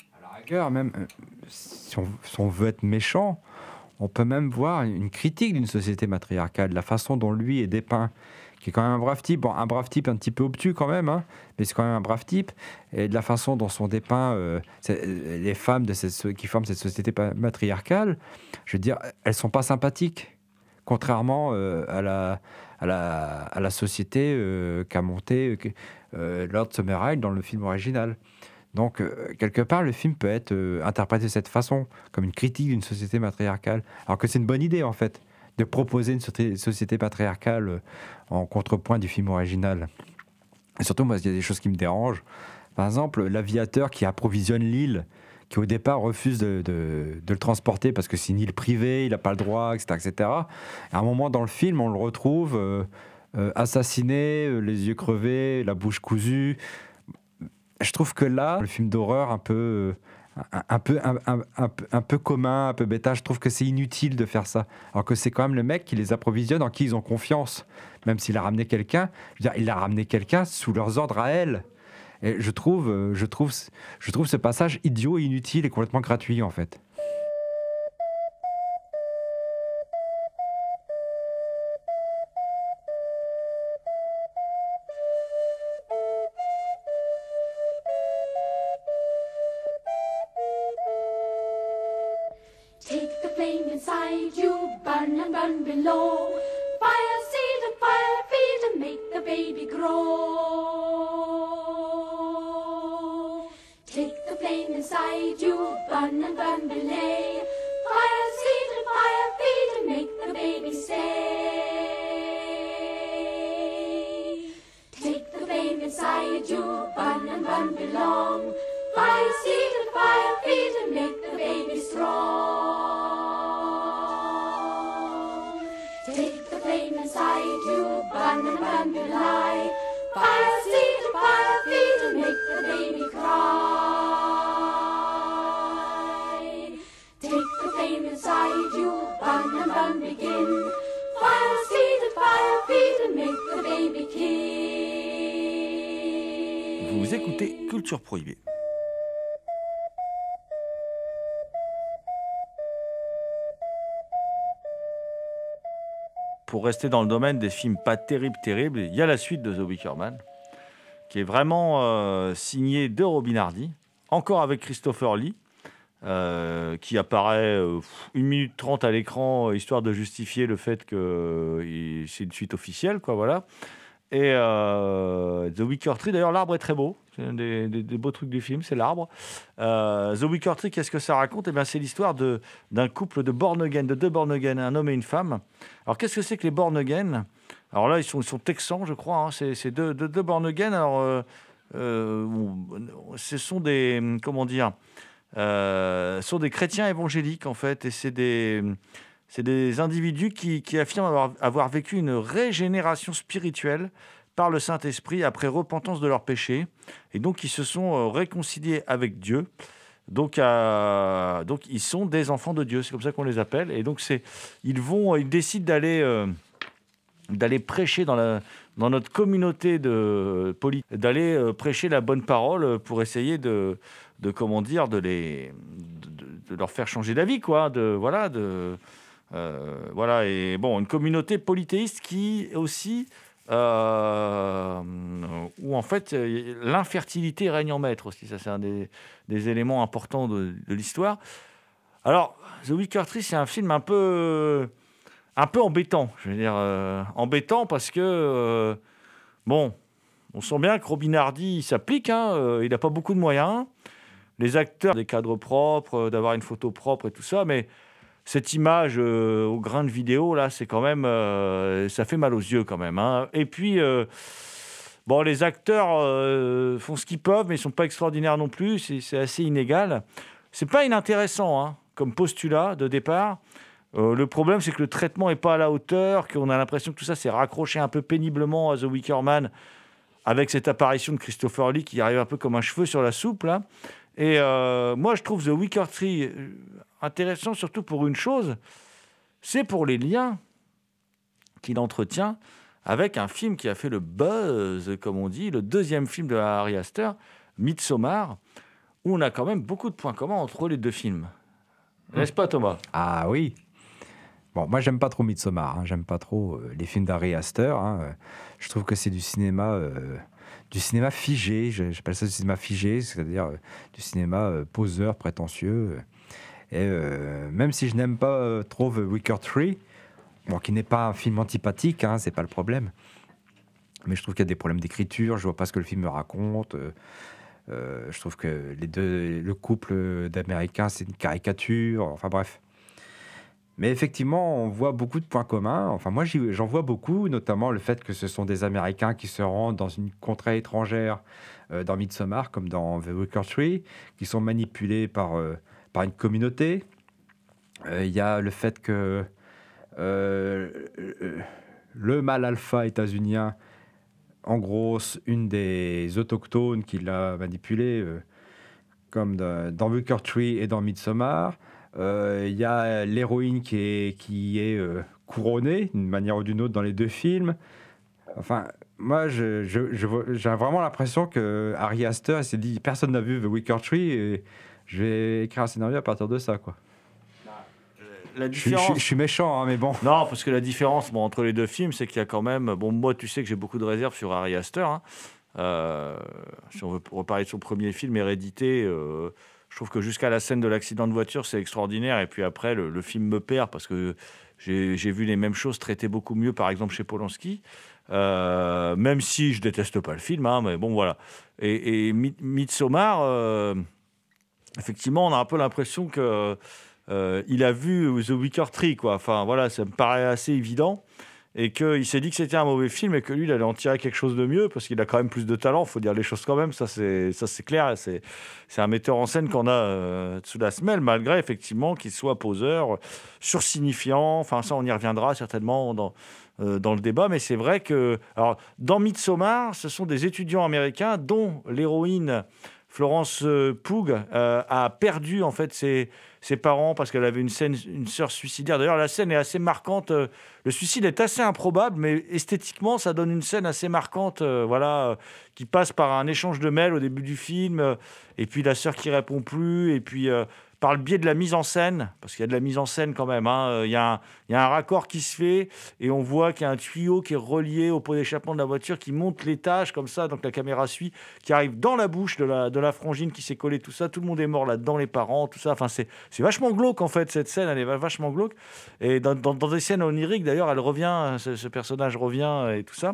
Speaker 8: Même, euh, si, on, si on veut être méchant, on peut même voir une critique d'une société matriarcale, la façon dont lui est dépeint, qui est quand même un brave type, bon, un brave type un petit peu obtus quand même, hein, mais c'est quand même un brave type, et de la façon dont sont dépeints euh, les femmes de cette, qui forment cette société matriarcale, je veux dire, elles sont pas sympathiques, contrairement euh, à, la, à, la, à la société euh, qu'a montée euh, Lord Summerhill dans le film original. Donc, euh, quelque part, le film peut être euh, interprété de cette façon, comme une critique d'une société matriarcale. Alors que c'est une bonne idée, en fait, de proposer une so- société matriarcale euh, en contrepoint du film original. Et surtout, moi, il y a des choses qui me dérangent. Par exemple, l'aviateur qui approvisionne l'île, qui au départ refuse de, de, de le transporter parce que c'est une île privée, il n'a pas le droit, et cetera, et cetera. À un moment dans le film, on le retrouve euh, euh, assassiné, euh, les yeux crevés, la bouche cousue. Je trouve que là, le film d'horreur un peu, un, un, peu, un, un, un, un peu commun, un peu bêta, je trouve que c'est inutile de faire ça. Alors que c'est quand même le mec qui les approvisionne, en qui ils ont confiance. Même s'il a ramené quelqu'un, je veux dire, il a ramené quelqu'un sous leurs ordres à elle. Et je trouve, je trouve, je trouve ce passage idiot, inutile et complètement gratuit, en fait.
Speaker 9: inside you, burn and burn below. Fire seed and fire feed and make the baby grow. Take the flame inside you, burn and burn below. Fire seed and fire feed and make the baby stay. Take the flame inside you, burn and burn below. Fire seed and fire feed and make the baby strong. Take the flame inside you, burn and burn below. Fire seed and fire feed and make the baby cry. Take the flame inside you, burn and burn begin. Fire seed and fire feed and make the baby king.
Speaker 3: Vous écoutez Culture Prohibée. Pour rester dans le domaine des films pas terribles, terribles, il y a la suite de The Wicker Man, qui est vraiment euh, signé de Robin Hardy, encore avec Christopher Lee, euh, qui apparaît euh, une minute trente à l'écran, histoire de justifier le fait que euh, c'est une suite officielle, quoi, voilà. Et euh, The Wicker Tree, d'ailleurs, l'arbre est très beau. C'est un des, des- des beaux trucs du film, c'est l'arbre. Euh, The Wicker Tree, qu'est-ce que ça raconte? Eh bien, c'est l'histoire de, d'un couple de born again, de deux born again, un homme et une femme. Alors, qu'est-ce que c'est que les born again? Alors là, ils sont, ils sont texans, je crois. Hein. C'est, c'est deux, deux, deux born again. Alors, euh, euh, ce sont des, comment dire, euh, sont des chrétiens évangéliques, en fait, et c'est des, c'est des individus qui, qui affirment avoir, avoir vécu une régénération spirituelle par le Saint-Esprit après repentance de leurs péchés, et donc ils se sont euh, réconciliés avec Dieu. Donc, euh, donc ils sont des enfants de Dieu, c'est comme ça qu'on les appelle. Et donc c'est, ils vont, ils décident d'aller, euh, d'aller prêcher dans la, dans notre communauté de poli- d'aller euh, prêcher la bonne parole pour essayer de, de comment dire, de les, de, de leur faire changer d'avis, quoi. De voilà, de euh, voilà. Et bon, une communauté polythéiste qui aussi Euh, où en fait euh, l'infertilité règne en maître aussi. Ça, c'est un des, des éléments importants de, de l'histoire. Alors, The Wicker Tree, c'est un film un peu, un peu embêtant. Je veux dire, euh, embêtant parce que, euh, bon, on sent bien que Robin Hardy il s'applique, hein, euh, il n'a pas beaucoup de moyens. Les acteurs, des cadres propres, euh, d'avoir une photo propre et tout ça, mais cette image euh, au grain de vidéo, là, c'est quand même... euh, ça fait mal aux yeux, quand même. Hein. Et puis, euh, bon, les acteurs euh, font ce qu'ils peuvent, mais ils ne sont pas extraordinaires non plus. C'est, c'est assez inégal. C'est pas inintéressant, hein, comme postulat de départ. Euh, le problème, c'est que le traitement n'est pas à la hauteur, qu'on a l'impression que tout ça s'est raccroché un peu péniblement à The Wicker Man, avec cette apparition de Christopher Lee qui arrive un peu comme un cheveu sur la soupe, là. Et euh, moi, je trouve The Wicker Tree intéressant surtout pour une chose, c'est pour les liens qu'il entretient avec un film qui a fait le buzz, comme on dit, le deuxième film de Ari Aster, Midsommar, où on a quand même beaucoup de points communs entre les deux films. N'est-ce pas, Thomas?
Speaker 8: Ah oui. Bon, moi, j'aime pas trop Midsommar. Hein. J'aime pas trop euh, les films d'Ari Aster. Hein. Je trouve que c'est du cinéma... Euh... du cinéma figé, j'appelle ça du cinéma figé, c'est-à-dire euh, du cinéma euh, poseur, prétentieux. Et euh, même si je n'aime pas euh, trop The Wicker Tree, bon, qui n'est pas un film antipathique, hein, c'est pas le problème, mais je trouve qu'il y a des problèmes d'écriture, je vois pas ce que le film me raconte. Euh, euh, je trouve que les deux, le couple d'Américains, c'est une caricature, enfin bref. Mais effectivement, on voit beaucoup de points communs. Enfin, moi, j'y- j'en vois beaucoup, notamment le fait que ce sont des Américains qui se rendent dans une contrée étrangère, euh, dans Midsommar, comme dans The Wicker Tree, qui sont manipulés par, euh, par une communauté. Euh, Il y a le fait que euh, euh, le mâle alpha états-unien, en gros, une des autochtones qui l'a manipulé, euh, comme dans, dans Wicker Tree et dans Midsommar. Il euh, y a l'héroïne qui est, qui est euh, couronnée d'une manière ou d'une autre dans les deux films. Enfin, moi, je, je, je vois- j'ai vraiment l'impression que Ari Aster s'est dit personne n'a vu The Wicker Tree et je vais écrire un scénario à partir de ça, quoi.
Speaker 3: La
Speaker 8: Je, suis- je
Speaker 3: différence...
Speaker 8: suis- je suis méchant, hein, mais bon.
Speaker 3: Non, parce que la différence bon, entre les deux films, c'est qu'il y a quand même... Bon, moi, tu sais que j'ai beaucoup de réserves sur Ari Aster. Hein. Euh, si on veut reparler de son premier film, Hérédité, euh, je trouve que jusqu'à la scène de l'accident de voiture, c'est extraordinaire. Et puis après, le, le film me perd parce que j'ai, j'ai vu les mêmes choses traitées beaucoup mieux, par exemple, chez Polanski. Euh, même si je déteste pas le film, hein, mais bon, voilà. Et, et Mi- Midsommar, euh, effectivement, on a un peu l'impression que... Euh, il a vu The Wicker Tree, quoi. Enfin, voilà, ça me paraît assez évident. Et qu'il s'est dit que c'était un mauvais film et que lui, il allait en tirer quelque chose de mieux parce qu'il a quand même plus de talent, il faut dire les choses quand même. Ça, c'est, ça, c'est clair. C'est, c'est un metteur en scène qu'on a euh, sous la semelle, malgré effectivement qu'il soit poseur, sursignifiant. Enfin, ça, on y reviendra certainement dans, euh, dans le débat. Mais c'est vrai que, alors, dans Midsommar, ce sont des étudiants américains dont l'héroïne Florence euh, Pugh euh, a perdu en fait ses, ses parents parce qu'elle avait une, scène, une sœur suicidaire. D'ailleurs, la scène est assez marquante. euh, Le suicide est assez improbable, mais esthétiquement, ça donne une scène assez marquante, euh, voilà, euh, qui passe par un échange de mails au début du film, euh, et puis la sœur qui répond plus, et puis euh, par le biais de la mise en scène, parce qu'il y a de la mise en scène quand même, hein, euh, il y a un, il y a un raccord qui se fait, et on voit qu'il y a un tuyau qui est relié au pot d'échappement de la voiture, qui monte l'étage comme ça, donc la caméra suit, qui arrive dans la bouche de la, de la frangine qui s'est collée, tout ça, tout le monde est mort là-dedans, les parents, tout ça, enfin c'est, c'est vachement glauque en fait, cette scène, elle est vachement glauque, et dans, dans, dans des scènes oniriques d'ailleurs, elle revient, ce, ce personnage revient et tout ça.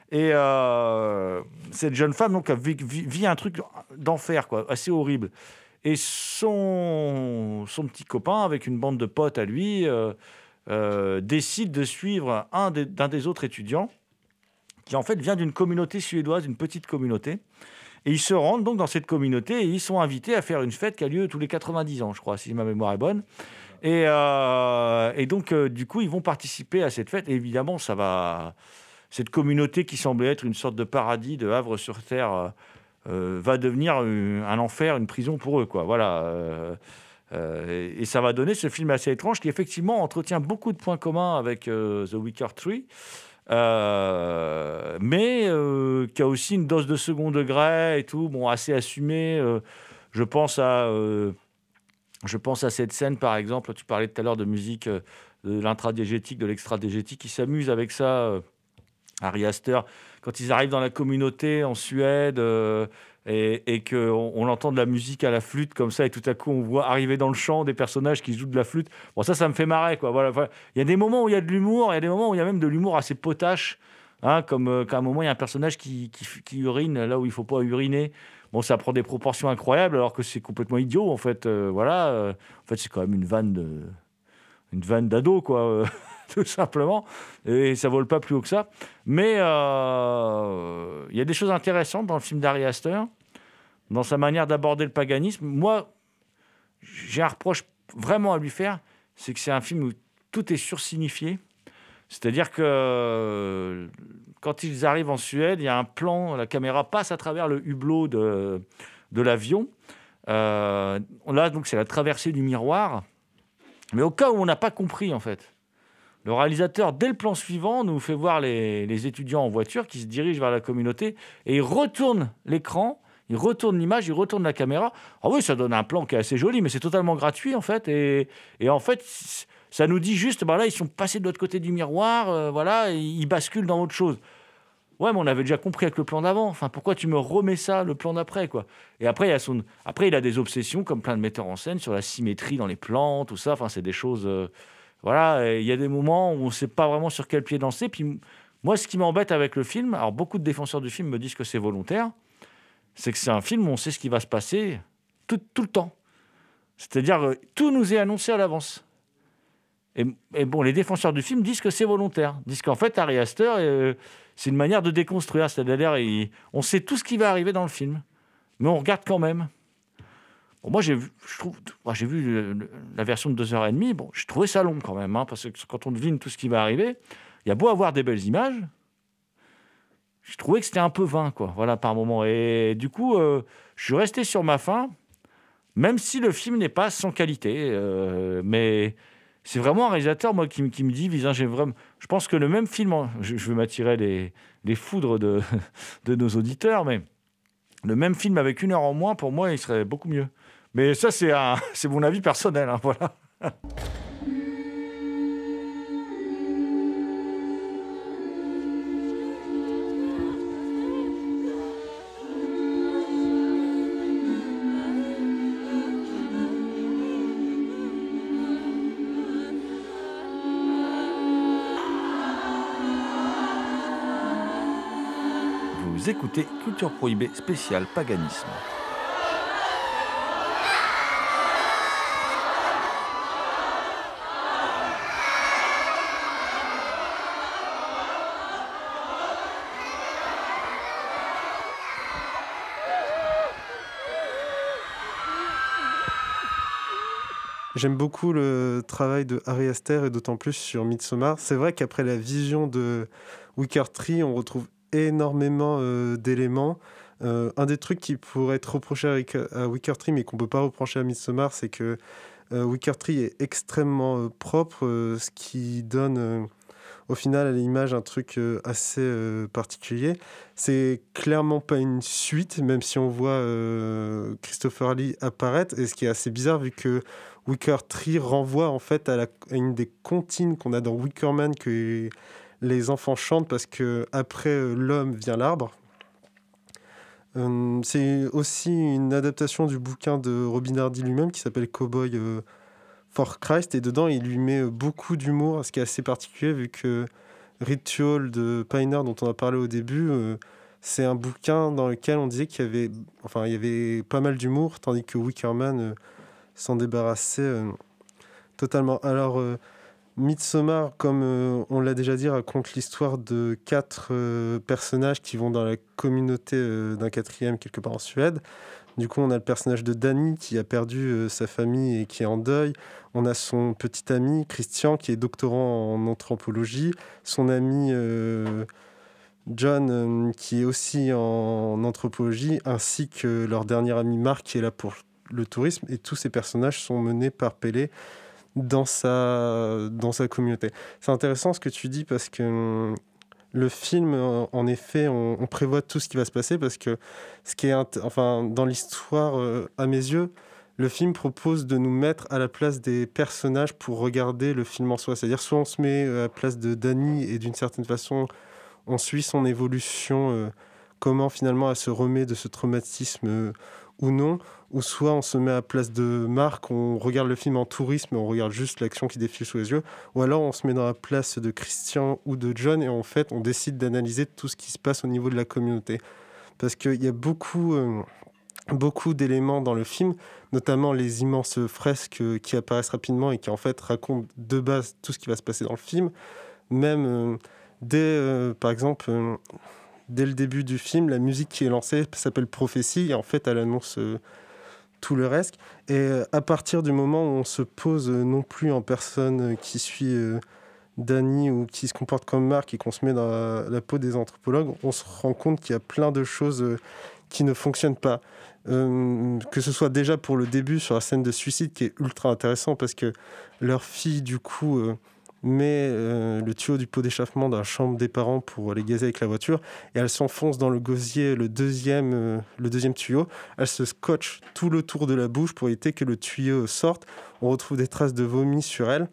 Speaker 3: Et euh, cette jeune femme donc, vit, vit un truc d'enfer, quoi, assez horrible. Et son, son petit copain, avec une bande de potes à lui, euh, euh, décide de suivre un des, d'un des autres étudiants, qui en fait vient d'une communauté suédoise, une petite communauté. Et ils se rendent donc dans cette communauté et ils sont invités à faire une fête qui a lieu tous les quatre-vingt-dix ans, je crois, si ma mémoire est bonne. Et, euh, et donc, euh, du coup, ils vont participer à cette fête. Et évidemment, ça va... cette communauté qui semblait être une sorte de paradis, de havre sur terre, euh, euh, va devenir un, un enfer, une prison pour eux, quoi. Voilà. Euh, euh, et ça va donner ce film assez étrange qui, effectivement, entretient beaucoup de points communs avec euh, The Wicker Tree. Euh, mais euh, qui a aussi une dose de second degré et tout, bon, assez assumé. Euh, je pense à, euh, je pense à cette scène, par exemple, tu parlais tout à l'heure de musique, euh, de l'intradiégétique, de l'extradiégétique, ils s'amusent avec ça, euh, Ari Aster, quand ils arrivent dans la communauté en Suède, euh, et, et qu'on on entend de la musique à la flûte comme ça, et tout à coup on voit arriver dans le champ des personnages qui jouent de la flûte. Bon, ça, ça me fait marrer, quoi. Voilà. Enfin, il y a des moments où il y a de l'humour, il y a des moments où il y a même de l'humour assez potache, hein, comme euh, qu'à un moment il y a un personnage qui, qui, qui urine là où il ne faut pas uriner. Bon, ça prend des proportions incroyables alors que c'est complètement idiot, en fait. Euh, voilà. Euh, en fait, c'est quand même une vanne de, une vanne d'ado, quoi. Euh, tout simplement, et ça vole pas plus haut que ça. Mais euh, il y a des choses intéressantes dans le film d'Ari Aster, dans sa manière d'aborder le paganisme. Moi, j'ai un reproche vraiment à lui faire, c'est que c'est un film où tout est sursignifié. C'est-à-dire que quand ils arrivent en Suède, il y a un plan, la caméra passe à travers le hublot de, de l'avion. Euh, là, donc, c'est la traversée du miroir. Mais au cas où on n'a pas compris, en fait, le réalisateur, dès le plan suivant, nous fait voir les, les étudiants en voiture qui se dirigent vers la communauté et il retourne l'écran, il retourne l'image, il retourne la caméra. Ah oui, ça donne un plan qui est assez joli, mais c'est totalement gratuit, en fait. Et, et en fait, ça nous dit juste, ben là, ils sont passés de l'autre côté du miroir, euh, voilà, et ils basculent dans autre chose. Ouais, mais on avait déjà compris avec le plan d'avant. Enfin, pourquoi tu me remets ça, le plan d'après, quoi? Et après, il y a son... après, il a des obsessions, comme plein de metteurs en scène, sur la symétrie dans les plans, tout ça. Enfin, c'est des choses... Euh... Voilà, il y a des moments où on ne sait pas vraiment sur quel pied danser. Puis moi, ce qui m'embête avec le film, alors beaucoup de défenseurs du film me disent que c'est volontaire, c'est que c'est un film où on sait ce qui va se passer tout, tout le temps. C'est-à-dire que tout nous est annoncé à l'avance. Et, et bon, les défenseurs du film disent que c'est volontaire, disent qu'en fait, Ari Aster, euh, c'est une manière de déconstruire. C'est-à-dire, il, on sait tout ce qui va arriver dans le film, mais on regarde quand même. Bon, moi, j'ai vu, je trouve, moi, j'ai vu le, le, la version de deux heures trente. Bon, j'ai trouvé ça long quand même, hein, parce que quand on devine tout ce qui va arriver, il y a beau avoir des belles images, je trouvais que c'était un peu vain, quoi, voilà, par moment. Et du coup, euh, je suis resté sur ma faim, même si le film n'est pas sans qualité. Euh, mais c'est vraiment un réalisateur, moi, qui, qui me dit, hein, j'ai vraiment, je pense que le même film, je, je vais m'attirer les, les foudres de, de nos auditeurs, mais le même film avec une heure en moins, pour moi, il serait beaucoup mieux. Mais ça, c'est, un, c'est mon avis personnel, hein, voilà. Vous écoutez Culture Prohibée spéciale paganisme.
Speaker 7: J'aime beaucoup le travail de Ari Aster et d'autant plus sur Midsommar. C'est vrai qu'après la vision de Wicker Tree, on retrouve énormément euh, d'éléments. Euh, un des trucs qui pourrait être reproché à, à Wicker Tree, mais qu'on ne peut pas reprocher à Midsommar, c'est que euh, Wicker Tree est extrêmement euh, propre, euh, ce qui donne euh, au final à l'image un truc euh, assez euh, particulier. C'est clairement pas une suite, même si on voit euh, Christopher Lee apparaître, et ce qui est assez bizarre vu que Wicker Tree renvoie en fait à, la, à une des comptines qu'on a dans Wicker Man que les enfants chantent parce que après euh, l'homme vient l'arbre. Euh, c'est aussi une adaptation du bouquin de Robin Hardy lui-même qui s'appelle Cowboy euh, for Christ, et dedans il lui met beaucoup d'humour, ce qui est assez particulier vu que Ritual de Piner dont on a parlé au début, euh, c'est un bouquin dans lequel on disait qu'il y avait, enfin, il y avait pas mal d'humour, tandis que Wickerman euh, s'en débarrassait euh, totalement. Alors, euh, Midsommar, comme euh, on l'a déjà dit, raconte l'histoire de quatre euh, personnages qui vont dans la communauté euh, d'un quatrième quelque part en Suède. Du coup, on a le personnage de Danny qui a perdu euh, sa famille et qui est en deuil. On a son petit ami Christian qui est doctorant en anthropologie. Son ami euh, John euh, qui est aussi en anthropologie, ainsi que leur dernier ami Marc qui est là pour le tourisme. Et tous ces personnages sont menés par Pelle dans sa, dans sa communauté. C'est intéressant ce que tu dis parce que le film, en effet, on, on prévoit tout ce qui va se passer parce que ce qui est int- enfin, dans l'histoire, euh, à mes yeux, le film propose de nous mettre à la place des personnages pour regarder le film en soi. C'est-à-dire soit on se met à la place de Danny et d'une certaine façon, on suit son évolution, euh, comment finalement elle se remet de ce traumatisme euh, ou non, ou soit on se met à la place de Marc, on regarde le film en tourisme et on regarde juste l'action qui défile sous les yeux, ou alors on se met dans la place de Christian ou de John et en fait on décide d'analyser tout ce qui se passe au niveau de la communauté. Parce qu'il y a beaucoup, euh, beaucoup d'éléments dans le film, notamment les immenses fresques euh, qui apparaissent rapidement et qui en fait racontent de base tout ce qui va se passer dans le film. Même euh, dès, euh, par exemple... Euh, Dès le début du film, la musique qui est lancée s'appelle Prophétie et en fait, elle annonce euh, tout le reste. Et euh, à partir du moment où on se pose euh, non plus en personne euh, qui suit euh, Danny ou qui se comporte comme Marc et qu'on se met dans la, la peau des anthropologues, on se rend compte qu'il y a plein de choses euh, qui ne fonctionnent pas. Euh, que ce soit déjà pour le début sur la scène de suicide qui est ultra intéressant parce que leur fille, du coup... Euh, met euh, le tuyau du pot d'échappement dans la chambre des parents pour les gazer avec la voiture et elle s'enfonce dans le gosier, le deuxième, euh, le deuxième tuyau. Elle se scotche tout le tour de la bouche pour éviter que le tuyau sorte. On retrouve des traces de vomi sur elle.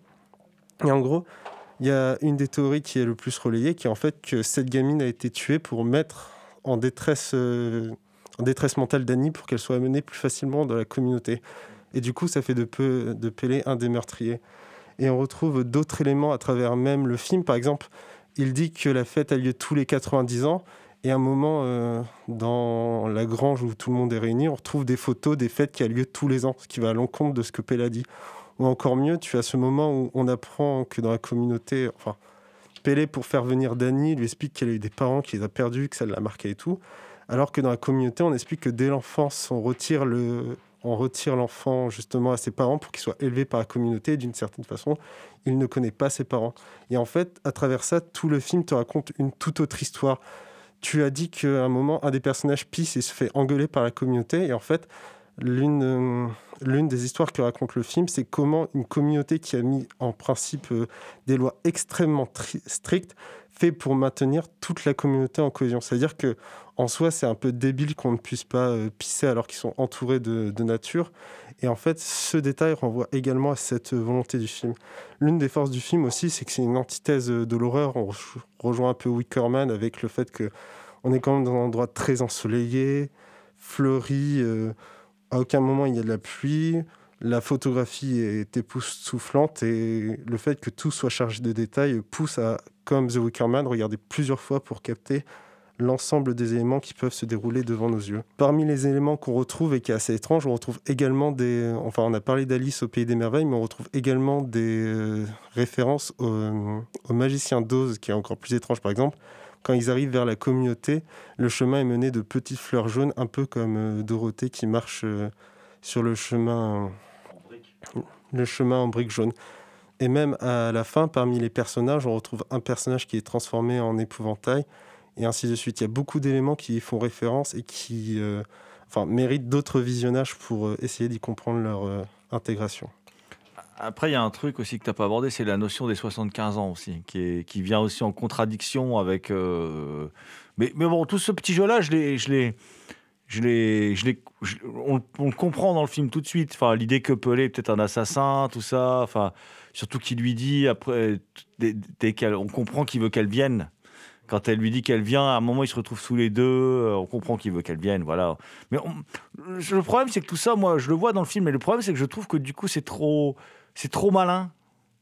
Speaker 7: Et en gros, il y a une des théories qui est le plus relayée, qui est en fait que cette gamine a été tuée pour mettre en détresse, euh, en détresse mentale Danny pour qu'elle soit amenée plus facilement dans la communauté. Et du coup, ça fait de, peu, de Pelle un des meurtriers. Et on retrouve d'autres éléments à travers même le film. Par exemple, il dit que la fête a lieu tous les quatre-vingt-dix ans. Et à un moment, euh, dans la grange où tout le monde est réuni, on retrouve des photos des fêtes qui ont lieu tous les ans, ce qui va à l'encontre de ce que Pelle a dit. Ou encore mieux, tu as ce moment où on apprend que dans la communauté... Enfin, Pelle, pour faire venir Danny, lui explique qu'elle a eu des parents qui les a perdus, que ça l'a marqué et tout. Alors que dans la communauté, on explique que dès l'enfance, on retire le... on retire l'enfant justement à ses parents pour qu'il soit élevé par la communauté. D'une certaine façon, il ne connaît pas ses parents. Et en fait, à travers ça, tout le film te raconte une toute autre histoire. Tu as dit qu'à un moment, un des personnages pisse et se fait engueuler par la communauté. Et en fait, l'une, euh, l'une des histoires que raconte le film, c'est comment une communauté qui a mis en principe euh, des lois extrêmement tri- strictes fait pour maintenir toute la communauté en cohésion. C'est-à-dire que en soi, c'est un peu débile qu'on ne puisse pas euh, pisser alors qu'ils sont entourés de, de nature. Et en fait, ce détail renvoie également à cette volonté du film. L'une des forces du film aussi, c'est que c'est une antithèse de l'horreur. On re- rejoint un peu Wickerman avec le fait qu'on est quand même dans un endroit très ensoleillé, fleuri. Euh, à aucun moment, il y a de la pluie. La photographie est époustouflante et le fait que tout soit chargé de détails pousse à, comme The Wickerman, regarder plusieurs fois pour capter l'ensemble des éléments qui peuvent se dérouler devant nos yeux. Parmi les éléments qu'on retrouve et qui est assez étrange, on retrouve également des... Enfin, on a parlé d'Alice au Pays des Merveilles, mais on retrouve également des euh, références au, au Magicien d'Oz, qui est encore plus étrange. Par exemple, quand ils arrivent vers la communauté, le chemin est mené de petites fleurs jaunes, un peu comme euh, Dorothée qui marche euh, sur le chemin, euh, le chemin en briques jaunes. Et même à la fin, parmi les personnages, on retrouve un personnage qui est transformé en épouvantail, et ainsi de suite. Il y a beaucoup d'éléments qui y font référence et qui euh, enfin, méritent d'autres visionnages pour euh, essayer d'y comprendre leur euh, intégration.
Speaker 3: Après, il y a un truc aussi que tu n'as pas abordé, c'est la notion des soixante-quinze ans aussi, qui, est, qui vient aussi en contradiction avec... Euh... Mais, mais bon, tout ce petit jeu-là, je l'ai... Je l'ai... Je l'ai, je l'ai, je, on, on le comprend dans le film tout de suite. Enfin, l'idée que Pelle est peut-être un assassin, tout ça. Enfin, surtout qu'il lui dit après, dès, dès qu'elle, on comprend qu'il veut qu'elle vienne. Quand elle lui dit qu'elle vient, à un moment, ils se retrouvent tous les deux. On comprend qu'il veut qu'elle vienne, voilà. Mais on, le problème, c'est que tout ça, moi, je le vois dans le film. Mais le problème, c'est que je trouve que du coup, c'est trop, c'est trop malin.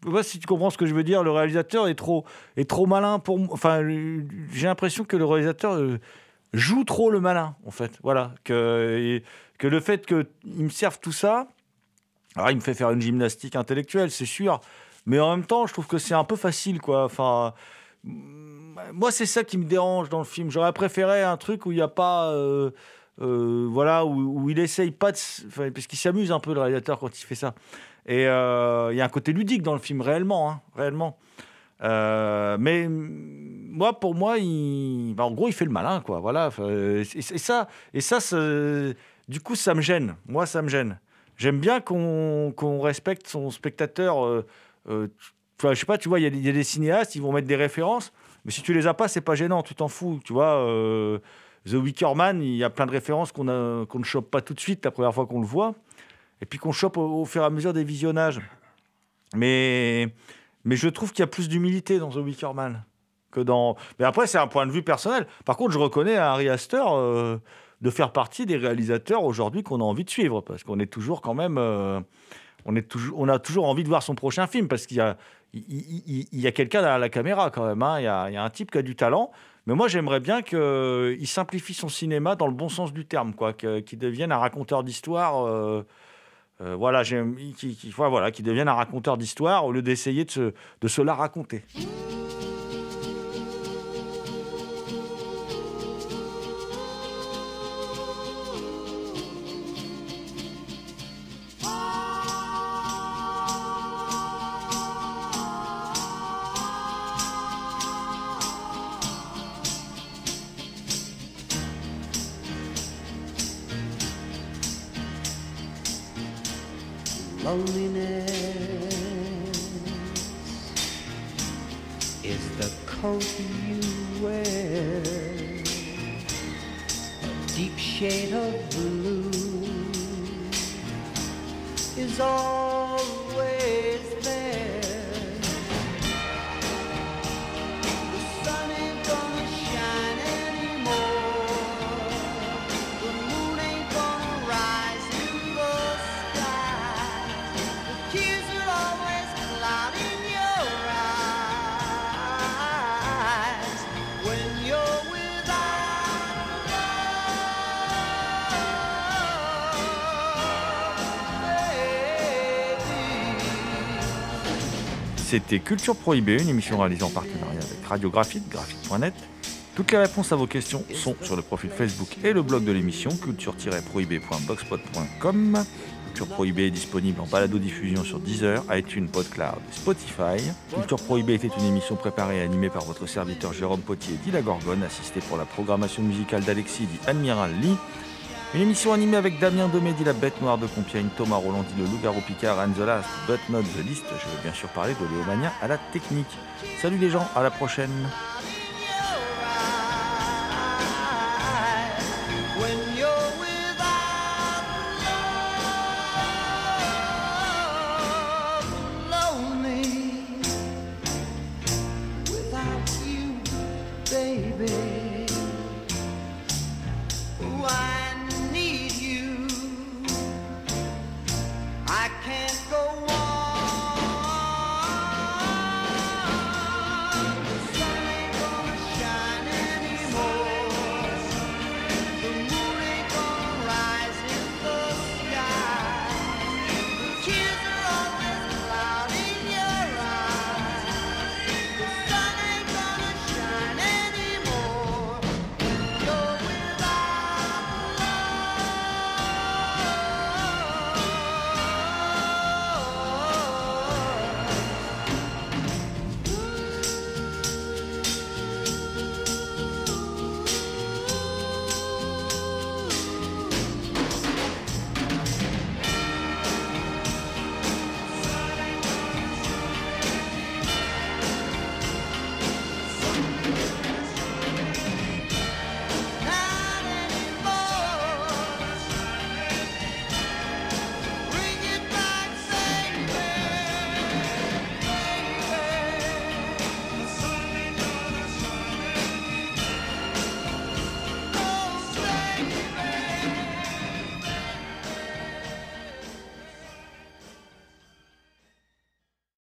Speaker 3: vois si tu comprends ce que je veux dire. Le réalisateur est trop, est trop malin pour moi. Enfin, j'ai l'impression que le réalisateur euh, joue trop le malin, en fait. Voilà. Que, et, que le fait qu'il me serve tout ça, alors il me fait faire une gymnastique intellectuelle, c'est sûr. Mais en même temps, je trouve que c'est un peu facile, quoi. Enfin, moi, c'est ça qui me dérange dans le film. J'aurais préféré un truc où il n'y a pas... Euh, euh, voilà, où, où il essaye pas de... Enfin, parce qu'il s'amuse un peu, le réalisateur, quand il fait ça. Et euh, il y a un côté ludique dans le film, réellement. Hein, réellement. Euh, mais moi, pour moi, il... bah, en gros, il fait le malin, quoi. Voilà. Et, et ça, et ça du coup, ça me gêne. Moi, ça me gêne. J'aime bien qu'on, qu'on respecte son spectateur. Euh, euh, enfin, je sais pas, tu vois, il y, y a des cinéastes, ils vont mettre des références, mais si tu les as pas, c'est pas gênant, tu t'en fous. Tu vois, euh, The Wicker Man, il y a plein de références qu'on, a, qu'on ne chope pas tout de suite la première fois qu'on le voit, et puis qu'on chope au, au fur et à mesure des visionnages. Mais, mais je trouve qu'il y a plus d'humilité dans The Wicker Man que dans. Mais après, c'est un point de vue personnel. Par contre, je reconnais à Ari Aster euh, de faire partie des réalisateurs aujourd'hui qu'on a envie de suivre, parce qu'on est toujours quand même. Euh, On, est toujours, on a toujours envie de voir son prochain film parce qu'il y a, il, il, il y a quelqu'un derrière la caméra quand même. Hein. Il, y a, il y a un type qui a du talent. Mais moi, j'aimerais bien qu'il simplifie son cinéma dans le bon sens du terme, quoi, qu'il devienne un raconteur d'histoire. Euh, euh, voilà, j'aime, qu'il, qu'il, voilà, qu'il devienne un raconteur d'histoire au lieu d'essayer de se, de se la raconter.
Speaker 10: Loneliness is the coat you wear, a deep shade of blue is always there. The sun ain't gonna shine anymore, the moon ain't gonna rise in the sky. Tears are always clouding your eyes when you're without love, baby.
Speaker 3: C'était Culture Prohibée, une émission réalisée en partenariat avec Radiographite, graphite point net. Toutes les réponses à vos questions sont sur le profil Facebook et le blog de l'émission, culture tiret prohibée point blogspot point com. Culture Prohibée est disponible en balado-diffusion sur Deezer, iTunes, PodCloud et Spotify. Culture Prohibée était une émission préparée et animée par votre serviteur Jérôme Potier, dit la Gorgone, assisté pour la programmation musicale d'Alexis, dit Admiral Lee. Une émission animée avec Damien Domé, dit la Bête Noire de Compiègne, Thomas Roland, dit le Loup-Garou Picard, and the last but not the least. Je vais bien sûr parler de Léomania à la technique. Salut les gens, à la prochaine.